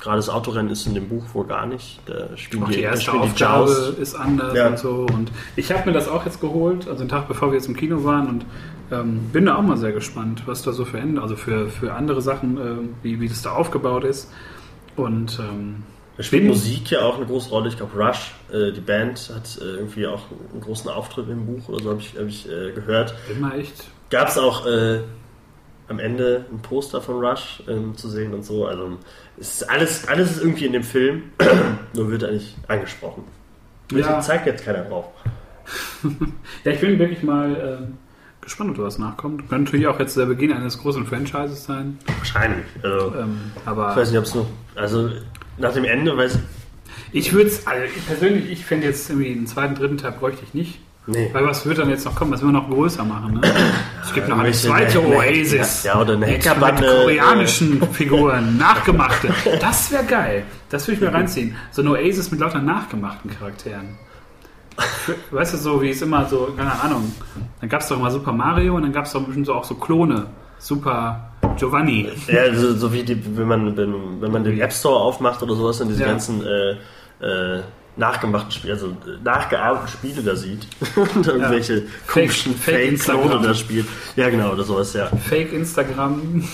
gerade das Autorennen ist in dem Buch wohl gar nicht. Da spielen auch die erste spielen Aufgabe Jaws. ist anders und so. Und ich habe mir das auch jetzt geholt, also einen Tag bevor wir jetzt im Kino waren und bin da auch mal sehr gespannt, was da so also für andere Sachen, wie das da aufgebaut ist. Und da spielt Musik ja auch eine große Rolle. Ich glaube, Rush, die Band, hat irgendwie auch einen großen Auftritt im Buch oder so, habe ich gehört. Bin mal echt. Gab es auch am Ende ein Poster von Rush zu sehen und so. Also es ist alles ist irgendwie in dem Film, nur wird er nicht angesprochen. Ja. Zeigt jetzt keiner drauf. Ja, ich bin wirklich mal gespannt, ob was nachkommt. Kann natürlich auch jetzt der Beginn eines großen Franchises sein. Wahrscheinlich. Also, Aber ich weiß nicht, ob es nur... Also nach dem Ende weiß ich würde es, also ich persönlich, ich fände jetzt irgendwie einen zweiten, dritten Teil bräuchte ich nicht. Nee. Weil was wird dann jetzt noch kommen? Was wir noch größer machen? Ne? Es gibt noch eine zweite eine Oasis. Ja, oder eine mit Hackerbande. Koreanischen Figuren, nachgemachte. Das wäre geil. Das würde ich mir reinziehen. So eine Oasis mit lauter nachgemachten Charakteren. Weißt du, so wie es immer so, keine Ahnung. Dann gab es doch mal Super Mario und dann gab es doch bestimmt so auch so Klone. Super Giovanni. Ja, so wie wenn man den App Store aufmacht oder sowas und diese ganzen nachgemachten Spiele, also nachgeahmten Spiele da sieht und irgendwelche komischen Fake-Klone da spielt. Ja, genau, oder sowas, ja. Fake Instagram,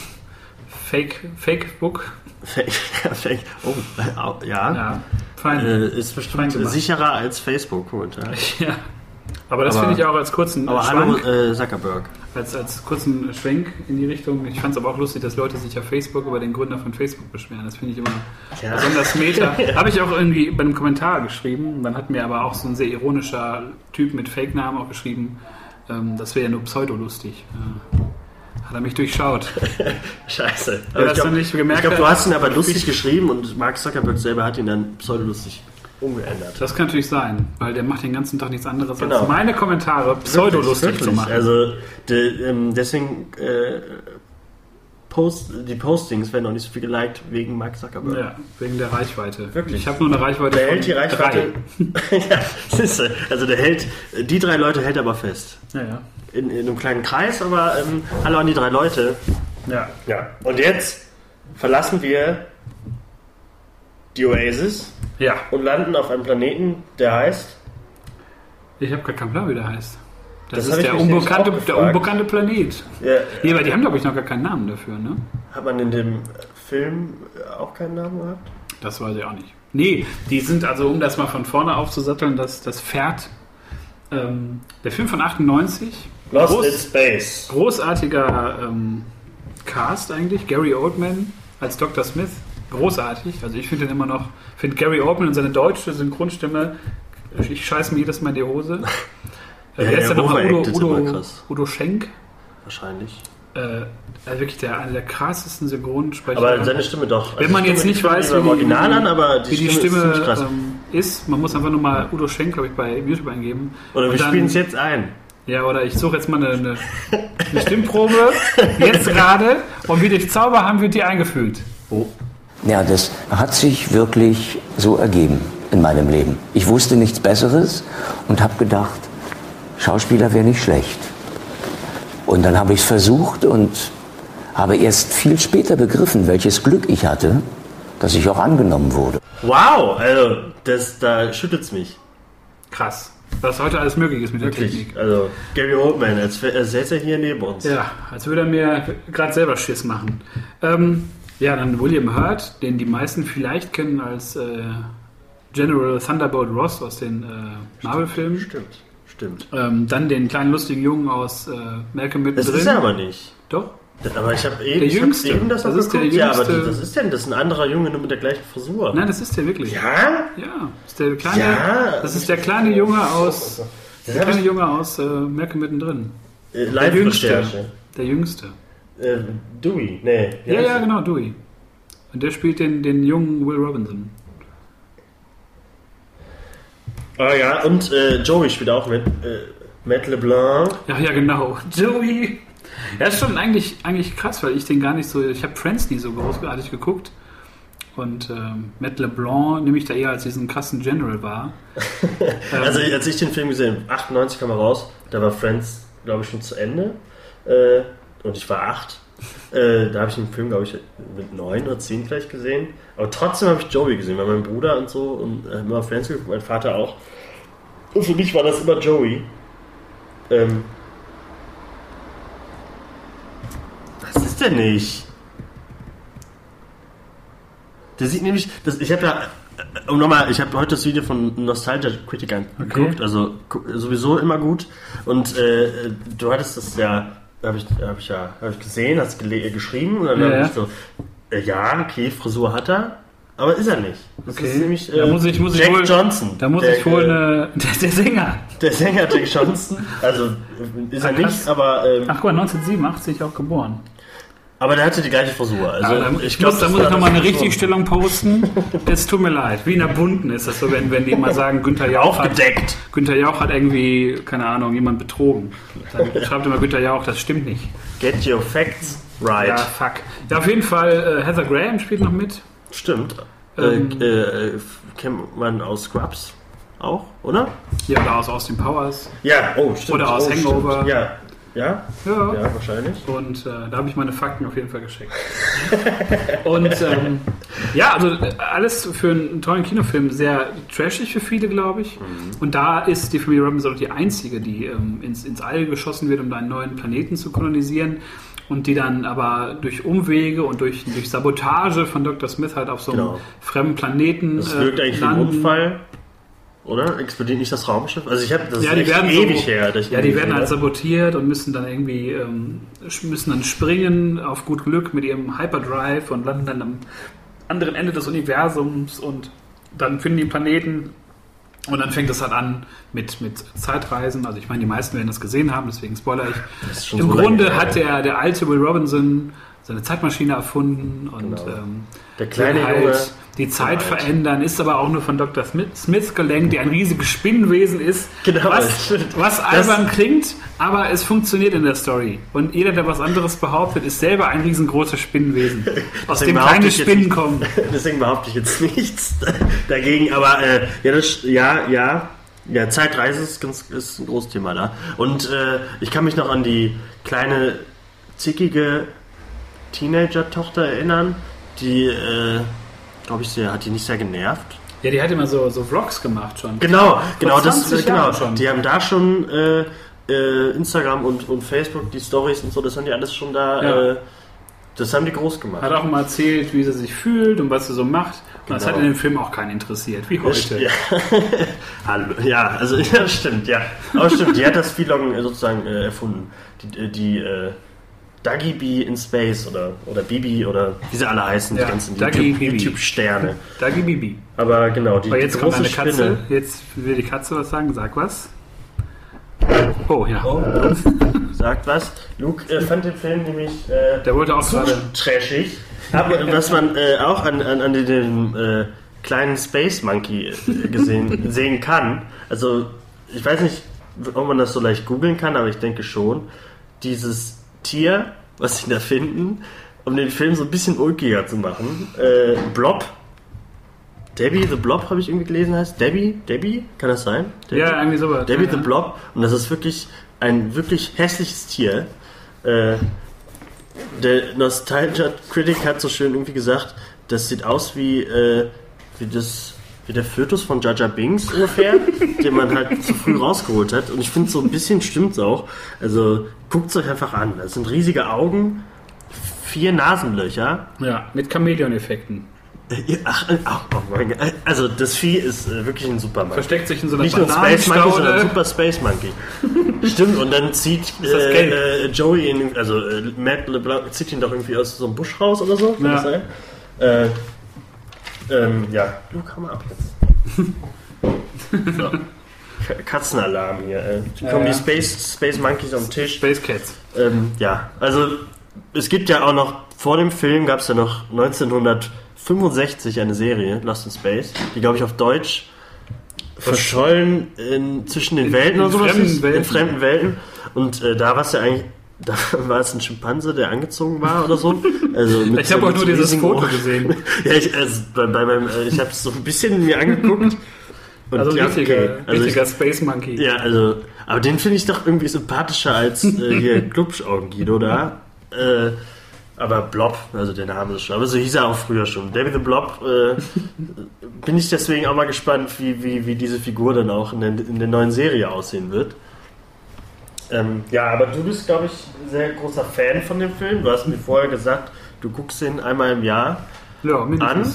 Fake Book. Fake. Oh, ja. Ja, fein. Ist bestimmt sicherer als Facebook momentan. Ja. Aber das finde ich auch als kurzen Schwenk. Hallo Zuckerberg. Als kurzen Schwenk in die Richtung. Ich fand es aber auch lustig, dass Leute sich auf Facebook über den Gründer von Facebook beschweren. Das finde ich immer besonders meta. Habe ich auch irgendwie bei einem Kommentar geschrieben. Dann hat mir aber auch so ein sehr ironischer Typ mit Fake-Namen auch geschrieben, das wäre ja nur pseudolustig. Hat er mich durchschaut. Scheiße. Aber ich glaube, du hast ihn aber lustig geschrieben und Mark Zuckerberg selber hat ihn dann pseudolustig umgeändert. Das kann natürlich sein, weil der macht den ganzen Tag nichts anderes, als meine Kommentare pseudolustig zu machen. Also deswegen die Postings werden auch nicht so viel geliked wegen Mark Zuckerberg. Ja, wegen der Reichweite. Wirklich? Ich habe nur eine Reichweite der hält die Reichweite. Ja, siehste, also der hält, die 3 Leute hält aber fest. Ja. In einem kleinen Kreis, aber hallo an die 3 Leute. Ja. Und jetzt verlassen wir die Oasis und landen auf einem Planeten, der heißt... Ich habe gar keinen Plan, wie der heißt. Das ist der unbekannte Planet. Ja, aber die haben, glaube ich, noch gar keinen Namen dafür, ne? Hat man in dem Film auch keinen Namen gehabt? Das weiß ich auch nicht. Nee, die sind, also um das mal von vorne aufzusatteln, das Pferd, der Film von 98. Lost in Space. Großartiger Cast eigentlich. Gary Oldman als Dr. Smith. Großartig. Also ich finde den immer noch, Gary Oldman und seine deutsche Synchronstimme, ich scheiß mir jedes Mal in die Hose. Wer ist ja nochmal? Udo Schenk. Wahrscheinlich. Also wirklich einer der krassesten Synchronsprecher. Aber seine Stimme doch. Also wenn man jetzt nicht weiß, wie die Stimme ist krass. Man muss einfach nur mal Udo Schenk, glaube ich, bei YouTube eingeben. Oder wir spielen es jetzt ein. Ja, oder ich suche jetzt mal eine Stimmprobe, jetzt gerade, und wie durch Zauber haben wir die eingefügt. Oh. Ja, das hat sich wirklich so ergeben in meinem Leben. Ich wusste nichts Besseres und habe gedacht, Schauspieler wäre nicht schlecht. Und dann habe ich es versucht und habe erst viel später begriffen, welches Glück ich hatte, dass ich auch angenommen wurde. Wow, also da schüttelt es mich. Krass, was heute alles möglich ist mit wirklich, der Technik. Also Gary Oldman, als säße er hier neben uns. Ja, als würde er mir gerade selber Schiss machen. Ja, dann William Hurt, den die meisten vielleicht kennen als General Thunderbolt Ross aus den Marvel-Filmen. Stimmt. Dann den kleinen lustigen Jungen aus Malcolm mittendrin. Das ist er aber nicht. Doch. Aber ich habe eben, der Jüngste. Das ist der Jüngste. Ja, aber das ist ein anderer Junge, nur mit der gleichen Frisur. Nein, das ist der wirklich. Ja? Ja. Das ist der kleine Junge aus Malcolm mittendrin. Der Jüngste. Dewey, nee. Ja, genau, Dewey. Und der spielt den jungen Will Robinson. Ah ja, und Joey spielt auch mit. Matt LeBlanc. Ja, genau. Joey. Ja, ist schon eigentlich krass, weil ich den gar nicht so... Ich habe Friends nie so großartig geguckt. Und Matt LeBlanc nehme ich da eher als diesen krassen General wahr. Also als ich den Film gesehen habe, 98 kam er raus, da war Friends, glaube ich, schon zu Ende. Und ich war 8. Da habe ich den Film, glaube ich, mit 9 oder 10 vielleicht gesehen. Aber trotzdem habe ich Joey gesehen, weil mein Bruder und so und immer Friends geguckt, mein Vater auch. Und für mich war das immer Joey. Was ist denn nicht? Der sieht nämlich, ich habe heute das Video von Nostalgia Critic angeguckt, also sowieso immer gut. Und du hattest das ja, habe ich gesehen, hast geschrieben und dann habe ich so, okay, Frisur hat er, aber ist er nicht. Das ist nämlich Jack Johnson. Da muss ich wohl der Sänger. Der Sänger Jack Johnson, also ist er nicht, aber... Ach guck mal, 1987 auch geboren. Aber der hatte die gleiche Frisur. Also da muss ich nochmal eine Richtigstellung posten. Es tut mir leid. Wie in der Bunten ist das so, wenn die immer sagen, Günther Jauch hat irgendwie, keine Ahnung, jemand betrogen. Dann schreibt immer Günther Jauch, das stimmt nicht. Get your facts right. Ja, fuck. Ja, auf jeden Fall, Heather Graham spielt noch mit. Stimmt. Kennt man aus Scrubs auch, oder? Ja, oder aus Austin Powers. Ja, stimmt. Oder aus Hangover. Stimmt. Ja, wahrscheinlich. Und da habe ich meine Fakten auf jeden Fall geschickt. Und also alles für einen tollen Kinofilm, sehr trashig für viele, glaube ich. Und da ist die Familie Robinson auch die einzige, die ins All geschossen wird, um da einen neuen Planeten zu kolonisieren. Und die dann aber durch Umwege und durch Sabotage von Dr. Smith halt auf so einem fremden Planeten das wirkt eigentlich wie ein Unfall. Oder? Explodiert nicht das Raumschiff? Also ich habe das die werden ewig her. Die werden halt sabotiert und müssen dann irgendwie springen auf gut Glück mit ihrem Hyperdrive und landen dann am anderen Ende des Universums und dann finden die Planeten und dann fängt es halt an mit Zeitreisen. Also ich meine, die meisten werden das gesehen haben, deswegen spoilere ich. Im Grunde hat der alte Will Robinson seine Zeitmaschine erfunden und der kleine Junge die Zeit verändern, ist aber auch nur von Dr. Smith gelenkt, der ein riesiges Spinnenwesen ist, was albern klingt, aber es funktioniert in der Story. Und jeder, der was anderes behauptet, ist selber ein riesengroßes Spinnenwesen, aus dem keine Spinnen kommen. Deswegen behaupte ich jetzt nichts dagegen, aber Zeitreise ist ein großes Thema da. Und ich kann mich noch an die kleine, zickige Teenager-Tochter erinnern, die, glaube ich, hat die nicht sehr genervt. Ja, die hat immer so Vlogs gemacht schon. Genau. Schon. Die haben da schon Instagram und Facebook, die Stories und so, das haben die alles schon da, das haben die groß gemacht. Hat auch mal erzählt, wie sie sich fühlt und was sie so macht. Und das hat in dem Film auch keinen interessiert, wie heute. Ja, stimmt, ja. Aber stimmt, die hat das Vloggen sozusagen erfunden. Die Dougie B in Space oder Bibi oder wie sie alle heißen, die ganzen YouTube-Sterne. Dougie Bibi. Aber genau, Aber jetzt kommt eine Katze. Spinne. Jetzt will die Katze was sagen. Sag was. Oh, ja. Sagt was. Luke fand den Film nämlich der wollte auch zu trashig. Aber was man auch an dem kleinen Space Monkey sehen kann, also ich weiß nicht, ob man das so leicht googeln kann, aber ich denke schon, dieses Tier, was sie da finden, um den Film so ein bisschen ulkiger zu machen. Blob. Debbie the Blob, habe ich irgendwie gelesen, heißt. Debbie? Kann das sein? Debbie? Ja, irgendwie sowas. Debbie the Blob. Und das ist wirklich ein wirklich hässliches Tier. Der Nostalgia Critic hat so schön irgendwie gesagt, das sieht aus wie der Fötus von Jar Jar Binks ungefähr, den man halt zu früh rausgeholt hat. Und ich finde, so ein bisschen stimmt's auch. Also guckt es euch einfach an. Das sind riesige Augen, 4 Nasenlöcher. Ja, mit Chamäleon-Effekten. Also das Vieh ist wirklich ein Superman. Versteckt sich in so einer nicht nur Space Monkey, sondern ein Super Space Monkey. Stimmt, und dann zieht Joey Matt LeBlanc zieht ihn doch irgendwie aus so einem Busch raus oder so. Kann das sein? Luke, hau mal ab jetzt. So. Katzenalarm hier. Kommen die Space Monkeys am Tisch. Space Cats. Also es gibt ja auch noch, vor dem Film gab es ja noch 1965 eine Serie, Lost in Space, die glaube ich auf Deutsch verschollen zwischen den Welten oder sowas ist, in fremden Welten. Und da war es ja eigentlich, da war es ein Schimpanse, der angezogen war oder so. Also ich habe auch nur dieses Foto gesehen. Ja, ich habe es so ein bisschen mir angeguckt. Und also richtiger Space Monkey. Ja, aber den finde ich doch irgendwie sympathischer als hier Glubschaugen Guido da. Aber Blob, also der Name ist schon, aber so hieß er auch früher schon. David the Blob, bin ich deswegen auch mal gespannt, wie diese Figur dann auch in der neuen Serie aussehen wird. Ja, aber du bist, glaube ich, ein sehr großer Fan von dem Film. Du hast mir vorher gesagt, du guckst ihn einmal im Jahr mindestens.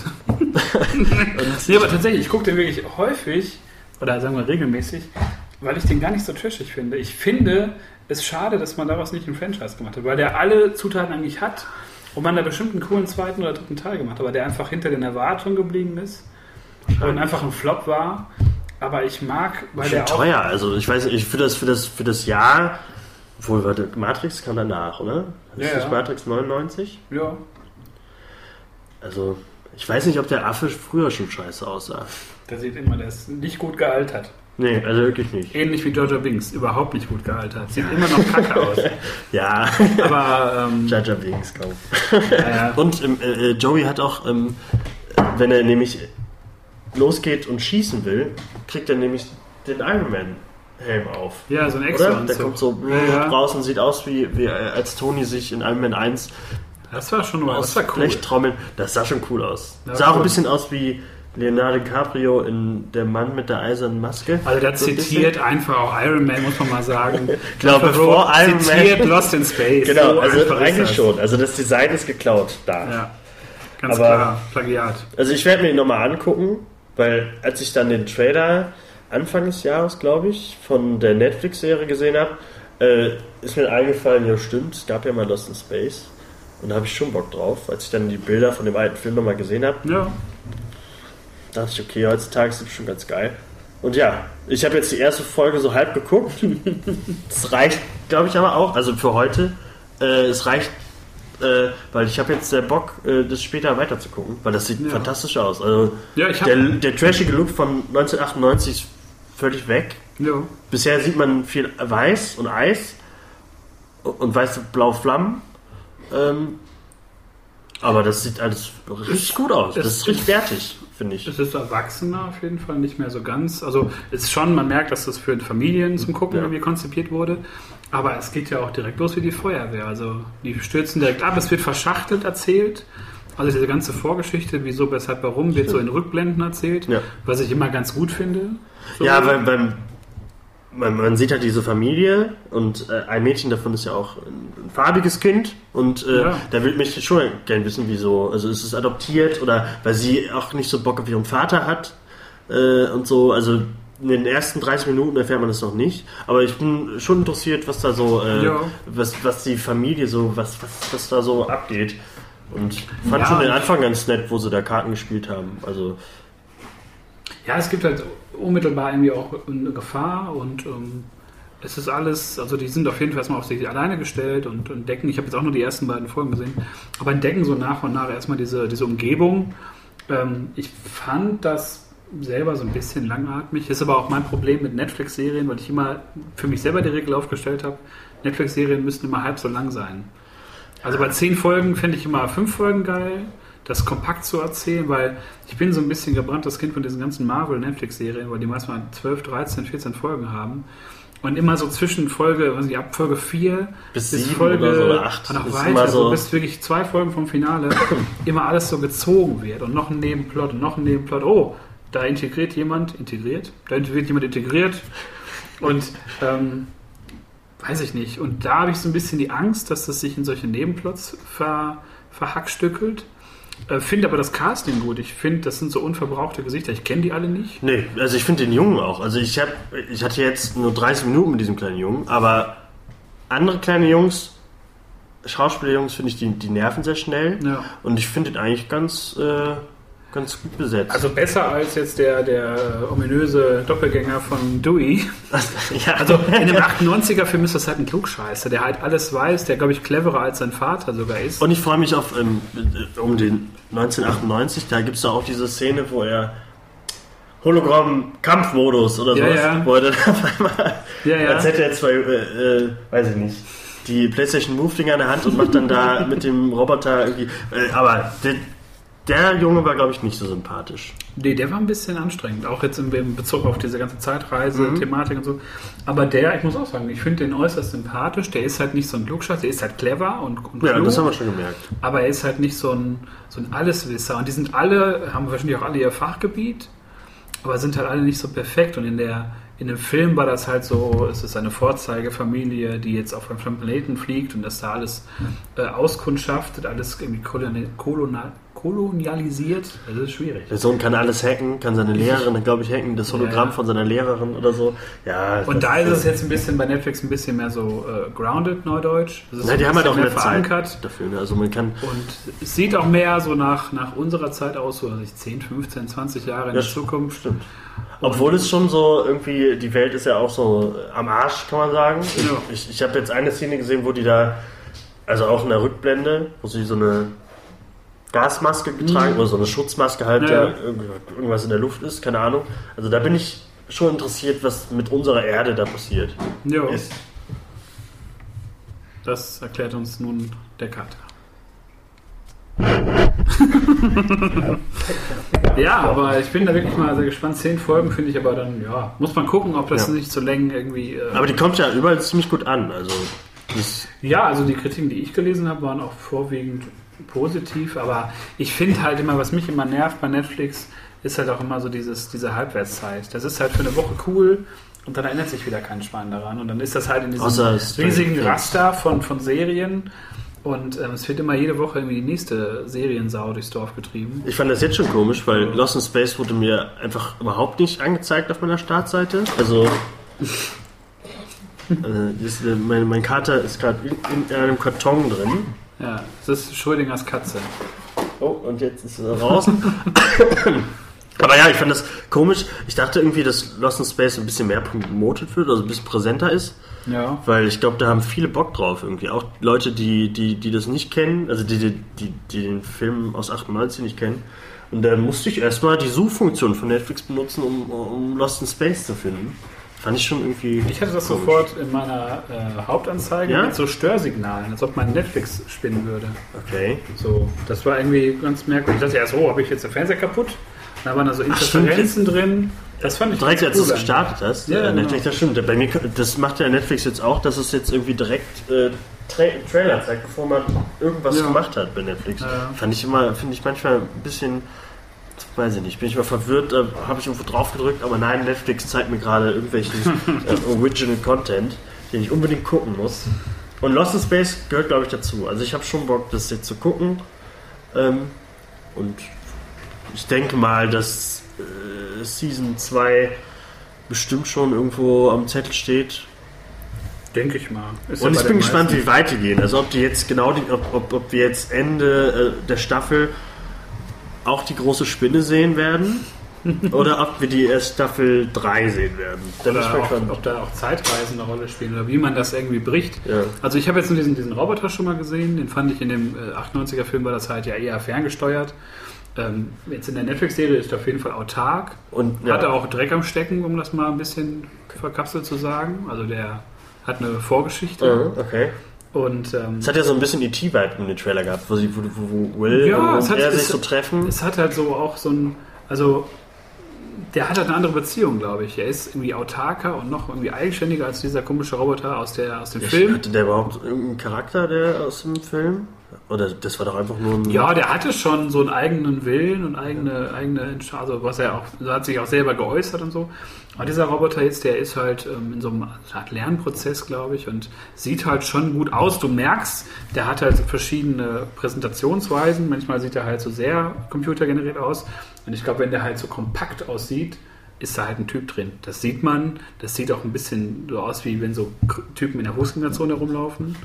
Nee, aber tatsächlich, ich gucke den wirklich häufig, oder sagen wir regelmäßig, weil ich den gar nicht so trashig finde. Ich finde es schade, dass man daraus nicht einen Franchise gemacht hat, weil der alle Zutaten eigentlich hat und man da bestimmt einen coolen zweiten oder dritten Teil gemacht hat, aber der einfach hinter den Erwartungen geblieben ist und einfach ein Flop war. Aber ich mag, weil der auch... teuer, also ich weiß nicht, für das Jahr, obwohl, warte, Matrix kam danach, oder? Ist das Matrix 99? Ja. Also, ich weiß nicht, ob der Affe früher schon scheiße aussah. Der ist nicht gut gealtert. Nee, also wirklich nicht. Ähnlich wie Jar Jar Binks, überhaupt nicht gut gealtert. Sieht immer noch kacke aus. Ja, aber... Jar Jar Binks, kaum. Ja. Und Joey hat auch, wenn er nämlich losgeht und schießen will, kriegt er nämlich den Iron Man Helm auf. Ja, so ein extra. Der kommt so raus und sieht aus wie als Tony sich in Iron Man 1 das war schon mal, das war cool. Blechtrommeln. Das sah schon cool aus. Das sah auch cool. Ein bisschen aus wie Leonardo DiCaprio in Der Mann mit der eisernen Maske. Also da zitiert einfach auch Iron Man, muss man mal sagen. Ich glaube, bevor Iron Man zitiert Lost in Space. Genau, so also eigentlich schon. Also das Design ist geklaut da. Ja, ganz klar, Plagiat. Also ich werde mir ihn nochmal angucken, weil als ich dann den Trailer Anfang des Jahres, glaube ich, von der Netflix-Serie gesehen habe, ist mir eingefallen, ja stimmt, es gab ja mal Lost in Space. Und da habe ich schon Bock drauf. Als ich dann die Bilder von dem alten Film nochmal gesehen habe, dachte ich, okay, heutzutage ist das schon ganz geil. Und ja, ich habe jetzt die erste Folge so halb geguckt. Das reicht, glaube ich, aber auch. Also für heute. Es reicht, weil ich habe jetzt Bock, das später weiter zu gucken. Weil das sieht fantastisch aus. Also der trashige Look von 1998 ist völlig weg. Ja. Bisher sieht man viel Weiß und Eis und weiße blaue Flammen. Aber das sieht alles richtig gut aus. Das ist richtig wertig, finde ich. Es ist erwachsener auf jeden Fall, nicht mehr so ganz. Also es ist schon, man merkt, dass das für Familien zum Gucken irgendwie konzipiert wurde. Aber es geht ja auch direkt los wie die Feuerwehr. Also die stürzen direkt ab, es wird verschachtelt erzählt. Also diese ganze Vorgeschichte, wieso, weshalb, warum, wird so in Rückblenden erzählt. Ja. Was ich immer ganz gut finde. So ja, weil man sieht halt diese Familie und ein Mädchen davon ist ja auch ein farbiges Kind und da will mich schon gerne wissen, wieso. Also ist es adoptiert oder weil sie auch nicht so Bock auf ihren Vater hat und so. Also in den ersten 30 Minuten erfährt man das noch nicht. Aber ich bin schon interessiert, was da so, was die Familie so, was da so abgeht. Und fand schon den Anfang ganz nett, wo sie da Karten gespielt haben. Also ja, es gibt halt unmittelbar irgendwie auch eine Gefahr und es ist alles, also die sind auf jeden Fall erstmal auf sich alleine gestellt und entdecken, ich habe jetzt auch nur die ersten beiden Folgen gesehen, aber entdecken so nach und nach erstmal diese Umgebung. Ich fand das selber so ein bisschen langatmig, ist aber auch mein Problem mit Netflix-Serien, weil ich immer für mich selber die Regel aufgestellt habe, Netflix-Serien müssen immer halb so lang sein. Also bei 10 Folgen fände ich immer 5 Folgen geil, das kompakt zu erzählen, weil ich bin so ein bisschen gebranntes Kind von diesen ganzen Marvel-Netflix-Serien, weil die meistens 12, 13, 14 Folgen haben. Und immer so zwischen Folge, weiß nicht, ab Folge 4 bis 7 Folge oder so, oder 8. Und auch weiter, so bis wirklich 2 Folgen vom Finale immer alles so gezogen wird. Und noch ein Nebenplot und noch ein Nebenplot. Oh, da wird jemand integriert. Und weiß ich nicht. Und da habe ich so ein bisschen die Angst, dass das sich in solche Nebenplots verhackstückelt. Finde aber das Casting gut. Ich finde, das sind so unverbrauchte Gesichter. Ich kenne die alle nicht. Nee, also ich finde den Jungen auch. Also ich hatte jetzt nur 30 Minuten mit diesem kleinen Jungen, aber andere kleine Jungs, Schauspielerjungs, finde ich, die nerven sehr schnell. Ja. Und ich finde den eigentlich ganz gut besetzt. Also besser als jetzt der ominöse Doppelgänger von Dewey. Ja. Also in dem 98er-Film ist das halt ein Klugscheißer, der halt alles weiß, der, glaube ich, cleverer als sein Vater sogar ist. Und ich freue mich auf um den 1998, da gibt es da auch diese Szene, wo er Hologramm-Kampfmodus oder sowas, wo er dann auf einmal, als hätte er zwei, weiß ich nicht, die PlayStation Move-Dinger in der Hand und macht dann da mit dem Roboter irgendwie, aber der Junge war, glaube ich, nicht so sympathisch. Nee, der war ein bisschen anstrengend, auch jetzt in Bezug auf diese ganze Zeitreise-Thematik und so. Aber ich muss auch sagen, ich finde den äußerst sympathisch. Der ist halt nicht so ein Klugscheißer, der ist halt clever und ja, klug. das haben wir schon gemerkt. Aber er ist halt nicht so ein Alleswisser. Und die sind haben wahrscheinlich auch alle ihr Fachgebiet, aber sind halt alle nicht so perfekt. Und in dem Film war das halt so, es ist eine Vorzeigefamilie, die jetzt auf einem fremden Planeten fliegt und das da alles auskundschaftet, alles irgendwie kolonialisiert. Das ist schwierig. Der Sohn kann alles hacken, kann seine Lehrerin, glaube ich, hacken, das Hologramm von seiner Lehrerin oder so. Ja. Und da ist es jetzt ein bisschen bei Netflix ein bisschen mehr so grounded, Neudeutsch. Ja, die haben halt auch mehr Zeit dafür. Ne? Also man kann und es sieht auch mehr so nach unserer Zeit aus, so 10, 15, 20 Jahre in der Zukunft. Stimmt. Obwohl es schon so irgendwie, die Welt ist ja auch so am Arsch, kann man sagen. Ja. Ich habe jetzt eine Szene gesehen, wo die da, also auch in der Rückblende, wo sie so eine Gasmaske getragen oder so eine Schutzmaske halt, irgendwas in der Luft ist, keine Ahnung. Also da bin ich schon interessiert, was mit unserer Erde da passiert. Ja. Das erklärt uns nun der Kater. Ja, aber ich bin da wirklich mal sehr gespannt. 10 Folgen finde ich aber dann, muss man gucken, ob das nicht zu Längen irgendwie... aber die kommt ja überall ziemlich gut an. Also also die Kritiken, die ich gelesen habe, waren auch vorwiegend positiv, aber ich finde halt immer, was mich immer nervt bei Netflix, ist halt auch immer so diese Halbwertszeit. Das ist halt für eine Woche cool und dann erinnert sich wieder kein Schwein daran und dann ist das halt in diesem riesigen Raster von Serien. Und es wird immer jede Woche irgendwie die nächste Seriensau durchs Dorf getrieben. Ich fand das jetzt schon komisch, weil Lost in Space wurde mir einfach überhaupt nicht angezeigt auf meiner Startseite. Also mein Kater ist gerade in einem Karton drin. Ja, das ist Schrödingers Katze. Oh, und jetzt ist er raus. Aber ja, ich fand das komisch. Ich dachte irgendwie, dass Lost in Space ein bisschen mehr promotet wird, also ein bisschen präsenter ist. Ja. Weil ich glaube, da haben viele Bock drauf irgendwie. Auch Leute, die das nicht kennen, also die den Film aus 98 nicht kennen. Und dann musste ich erstmal die Suchfunktion von Netflix benutzen, um Lost in Space zu finden. Fand ich schon irgendwie... Ich hatte das sofort in meiner Hauptanzeige mit so Störsignalen, als ob mein Netflix spinnen würde. Okay. So, das war irgendwie ganz merkwürdig. Ich dachte erst, habe ich jetzt den Fernseher kaputt? Da waren da so Interferenzen drin. Das fand ich direkt, als du es gestartet hast. Ja, Netflix, das stimmt. Bei mir, das macht ja Netflix jetzt auch, dass es jetzt irgendwie direkt Trailer zeigt, bevor man irgendwas gemacht hat bei Netflix. Ja. Finde ich manchmal ein bisschen, weiß ich nicht, bin ich mal verwirrt, habe ich irgendwo drauf gedrückt, aber nein, Netflix zeigt mir gerade irgendwelchen Original Content, den ich unbedingt gucken muss. Und Lost in Space gehört, glaube ich, dazu. Also ich habe schon Bock, das jetzt zu gucken. Und ich denke mal, dass Season 2 bestimmt schon irgendwo am Zettel steht. Denke ich mal. Und ich bin gespannt, wie weit die gehen. Also ob die jetzt ob wir jetzt Ende der Staffel auch die große Spinne sehen werden oder ob wir die erst Staffel 3 sehen werden. Ob da auch Zeitreisen eine Rolle spielen oder wie man das irgendwie bricht. Ja. Also ich habe jetzt nur diesen Roboter schon mal gesehen. Den fand ich in dem 98er Film, war das halt ja eher ferngesteuert. Jetzt in der Netflix-Serie ist er auf jeden Fall autark und hat auch Dreck am Stecken, um das mal ein bisschen verkapselt zu sagen. Also der hat eine Vorgeschichte. Okay. Und es hat ja so ein bisschen E.T.-Vibe in den Trailer gehabt, wo Will und er sich so treffen. Es hat halt so auch so ein, also der hat halt eine andere Beziehung, glaube ich. Er ist irgendwie autarker und noch irgendwie eigenständiger als dieser komische Roboter aus dem Film. Hatte der überhaupt irgendeinen Charakter, der aus dem Film? Oder das war doch einfach nur ein... Ja, der hatte schon so einen eigenen Willen und eigene also was er auch, hat sich auch selber geäußert und so. Aber dieser Roboter jetzt, der ist halt in so einem Art Lernprozess, glaube ich, und sieht halt schon gut aus. Du merkst, der hat halt verschiedene Präsentationsweisen. Manchmal sieht er halt so sehr computergeneriert aus. Und ich glaube, wenn der halt so kompakt aussieht, ist da halt ein Typ drin. Das sieht man. Das sieht auch ein bisschen so aus, wie wenn so Typen in der Fußgängerzone rumlaufen.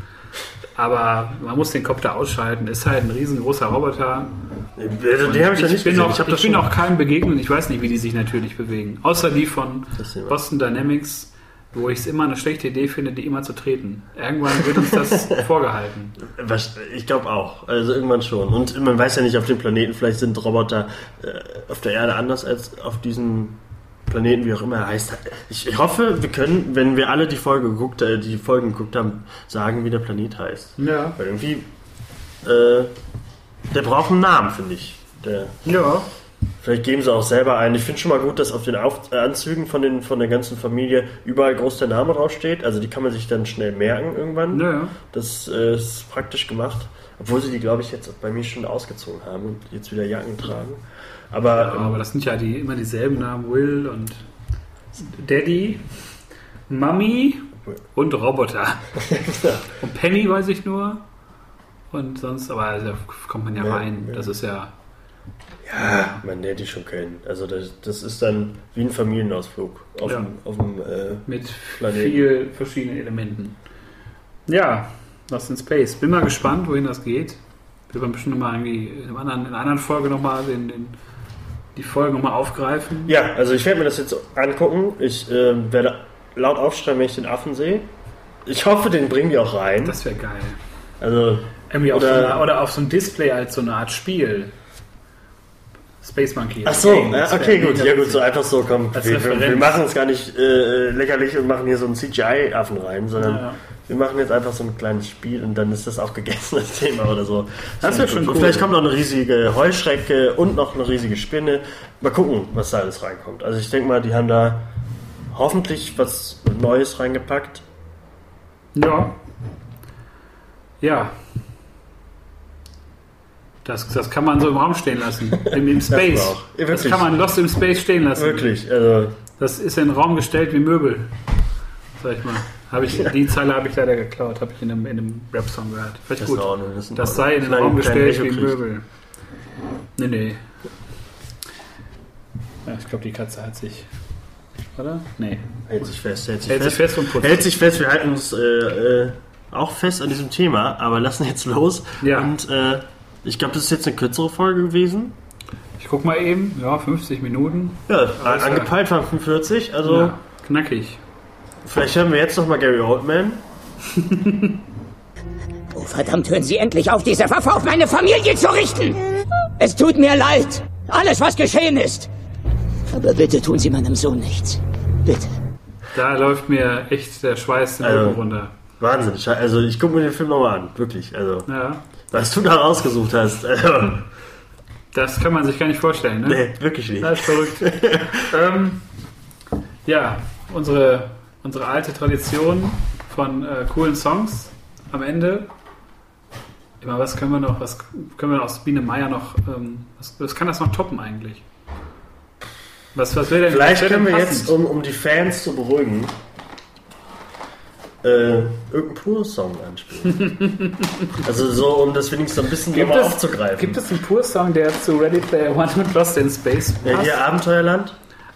Aber man muss den Kopf da ausschalten. Ist halt ein riesengroßer Roboter. Den habe ich ja nicht gesehen. Ich bin auch keinem begegnet und ich weiß nicht, wie die sich natürlich bewegen. Außer die von Boston Dynamics, wo ich es immer eine schlechte Idee finde, die immer zu treten. Irgendwann wird uns das vorgehalten. Ich glaube auch. Also irgendwann schon. Und man weiß ja nicht, auf dem Planeten, vielleicht sind Roboter auf der Erde anders als auf diesem Planeten, wie auch immer er heißt. Ich hoffe, wir können, wenn wir alle die Folgen geguckt haben, sagen, wie der Planet heißt. Ja. Weil irgendwie der braucht einen Namen, finde ich. Ja. Vielleicht geben sie auch selber ein. Ich finde schon mal gut, dass auf den Anzügen von der ganzen Familie überall groß der Name draufsteht. Also die kann man sich dann schnell merken irgendwann. Ja. Das ist praktisch gemacht. Obwohl sie die, glaube ich, jetzt bei mir schon ausgezogen haben und jetzt wieder Jacken tragen. Aber das sind ja immer dieselben Namen. Will und Daddy, Mummy und Roboter. Und Penny weiß ich nur. Und sonst, aber da kommt man ja rein. Das ist ja... Ja, man lernt die schon kennen. Also das ist dann wie ein Familienausflug auf dem mit Planeten. Viel verschiedenen Elementen. Ja, Lost in Space. Bin mal gespannt, wohin das geht. Wir werden bestimmt nochmal irgendwie in einer anderen Folge nochmal die Folge nochmal aufgreifen. Ja, also ich werde mir das jetzt angucken. Ich werde laut aufschreiben, wenn ich den Affen sehe. Ich hoffe, den bringen die auch rein. Das wäre geil. Also irgendwie oder auf so ein Display als so eine Art Spiel. Space Monkey. Ach so, okay, gut. Ja gut, so einfach so, komm. Wir machen es gar nicht lächerlich und machen hier so einen CGI-Affen rein, sondern wir machen jetzt einfach so ein kleines Spiel und dann ist das auch gegessen, das Thema oder so. Das wäre schon cool. Vielleicht kommt noch eine riesige Heuschrecke und noch eine riesige Spinne. Mal gucken, was da alles reinkommt. Also ich denke mal, die haben da hoffentlich was Neues reingepackt. Ja. Ja. Das kann man so im Raum stehen lassen. Im Space. Das kann man Lost im Space stehen lassen. Wirklich. Also das ist in den Raum gestellt wie Möbel. Sag ich mal. Die Zeile habe ich leider geklaut. Habe ich in einem Rap-Song gehört. Vielleicht gut. Das sei in den Raum gestellt wie Möbel. Nee. Ja, ich glaube, die Katze hat sich... Oder? Nee. Hält sich fest und putzt. Hält sich fest. Wir halten uns auch fest an diesem Thema, aber lassen jetzt los. Ja. Und ich glaube, das ist jetzt eine kürzere Folge gewesen. Ich guck mal eben. Ja, 50 Minuten. Ja, angepeilt waren 45. Also ja, knackig. Vielleicht hören wir jetzt noch mal Gary Oldman. Oh, verdammt, hören Sie endlich auf, diese Waffe auf meine Familie zu richten! Es tut mir leid, alles, was geschehen ist. Aber bitte tun Sie meinem Sohn nichts. Bitte. Da läuft mir echt der Schweiß den Rücken runter. Wahnsinn. Also ich gucke mir den Film nochmal an. Wirklich. Also, ja. Was du da rausgesucht hast. Das kann man sich gar nicht vorstellen, ne? Nee, wirklich nicht. Das ist verrückt. Ja, unsere alte Tradition von coolen Songs am Ende. Immer, was können wir aus Biene Meier noch, was kann das noch toppen eigentlich? Was wäre denn? Vielleicht können wir jetzt, um die Fans zu beruhigen, irgendeinen Pur-Song anspielen. Also so, um das wenigstens ein bisschen nochmal aufzugreifen. Gibt es einen Pur-Song, der zu Ready Player One und Lost in Space passt? Ja, hier Abenteuerland.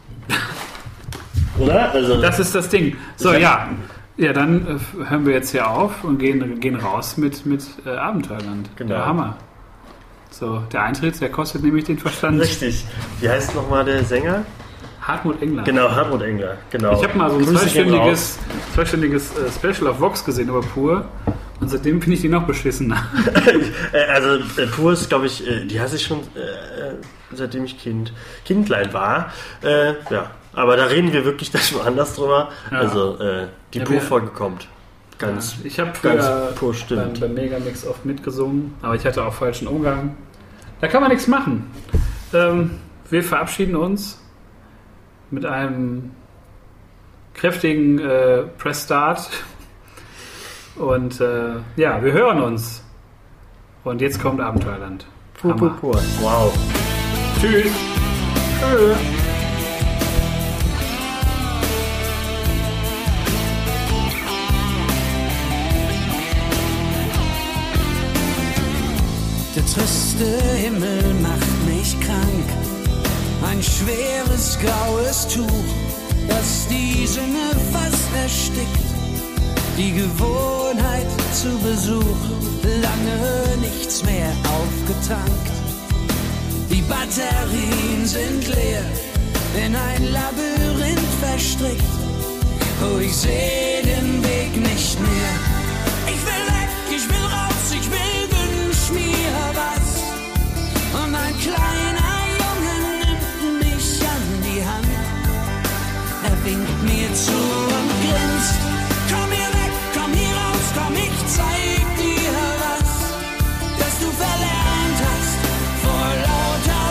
Oder? Also das ist das Ding. So, ja. Ja, dann hören wir jetzt hier auf und gehen raus mit Abenteuerland. Genau. Der Hammer. So, der Eintritt, der kostet nämlich den Verstand. Richtig. Wie heißt nochmal der Sänger? Hartmut Engler. Genau, Hartmut Engler. Genau. Ich habe mal so ein zweistündiges Special auf Vox gesehen über Pur und seitdem finde ich die noch beschissener. Also Pur ist, glaube ich, die hasse ich schon seitdem ich Kindlein war. Ja, aber da reden wir wirklich gleich mal anders drüber. Ja. Also die Pur-Folge kommt. Ganz, ich habe Pur stimmt. Beim Megamix oft mitgesungen, aber ich hatte auch falschen Umgang. Da kann man nichts machen. Wir verabschieden uns mit einem kräftigen Press Start und ja, wir hören uns. Und jetzt kommt Abenteuerland. Pur. Wow. Tschüss. Tschüss. Der triste Himmel macht mich krank. Ein schweres graues Tuch, das die Sinne fast erstickt. Die Gewohnheit zu Besuch, lange nichts mehr aufgetankt. Die Batterien sind leer, in ein Labyrinth verstrickt. Oh, ich seh den Weg nicht mehr. Ich will weg, ich will raus, ich will, wünsch mir was. Und ein kleiner Junge nimmt mich an die Hand. Er winkt mir zu und grinst. Komm hier weg, komm hier raus, komm, ich zeig dir was, das du verlernt hast vor lauter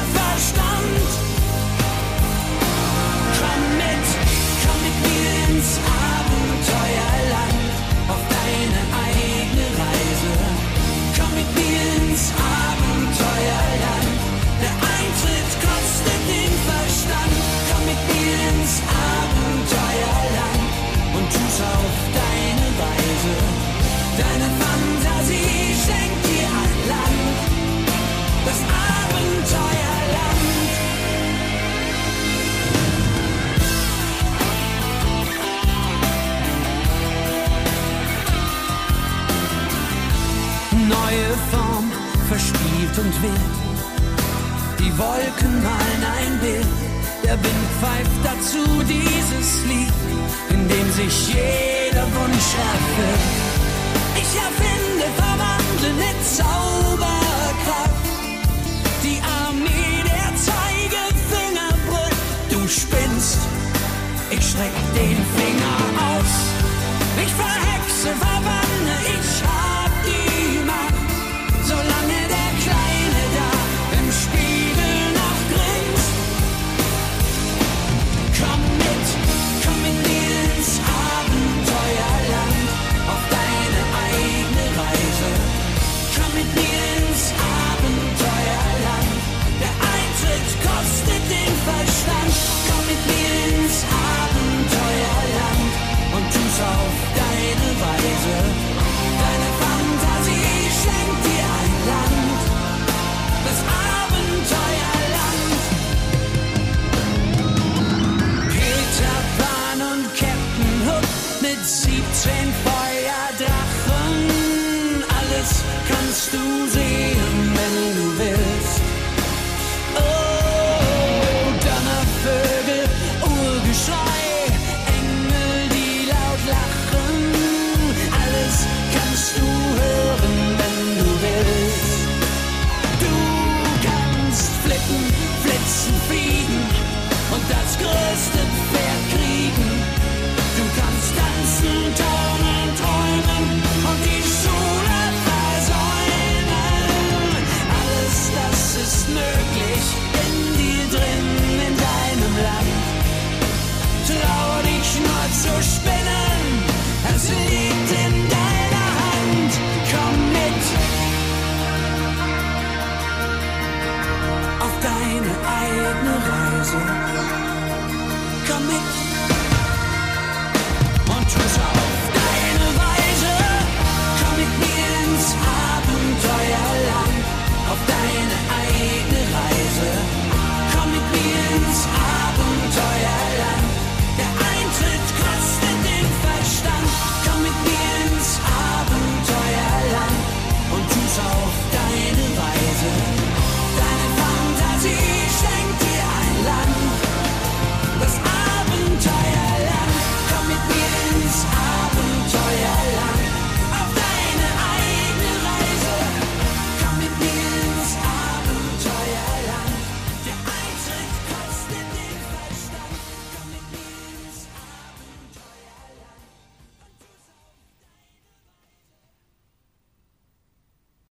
Die Wolken malen ein Bild, der Wind pfeift dazu dieses Lied, in dem sich jeder Wunsch erfüllt. Ich erfinde, verwandle mit Zauberkraft, die Armee der Zeigefinger brüllt. Du spinnst, ich streck den Finger aus, ich verhexe, verbanne, ich hab die Macht, solange der Kleine da im Spiegel noch grinst. Komm mit mir ins Abenteuerland, auf deine eigene Reise. Komm mit mir ins Abenteuerland, der Eintritt kostet den Verstand. Komm mit mir ins Abenteuerland und tu's auf deine Weise. Deine Fantasie schenkt dir ein Land, das Abenteuerland. Peter Pan und Captain Hook mit 17 Feuerdrachen. Alles kannst du sehen, wenn du willst. Oh, Donnervögel, Urgeschrei, Engel, die laut lachen. Alles kannst du hören, wenn du willst. Du kannst flippen, flitzen, fliegen und das größte Pferd kriegen. Du kannst tanzen, turnen, träumen und die Schule versäumen. Alles das ist möglich in dir drin, in deinem Land. Trau dich nur zu spinnen, es liegt in deiner Hand. Komm mit auf deine eigene Reise. Komm mit und tu's auf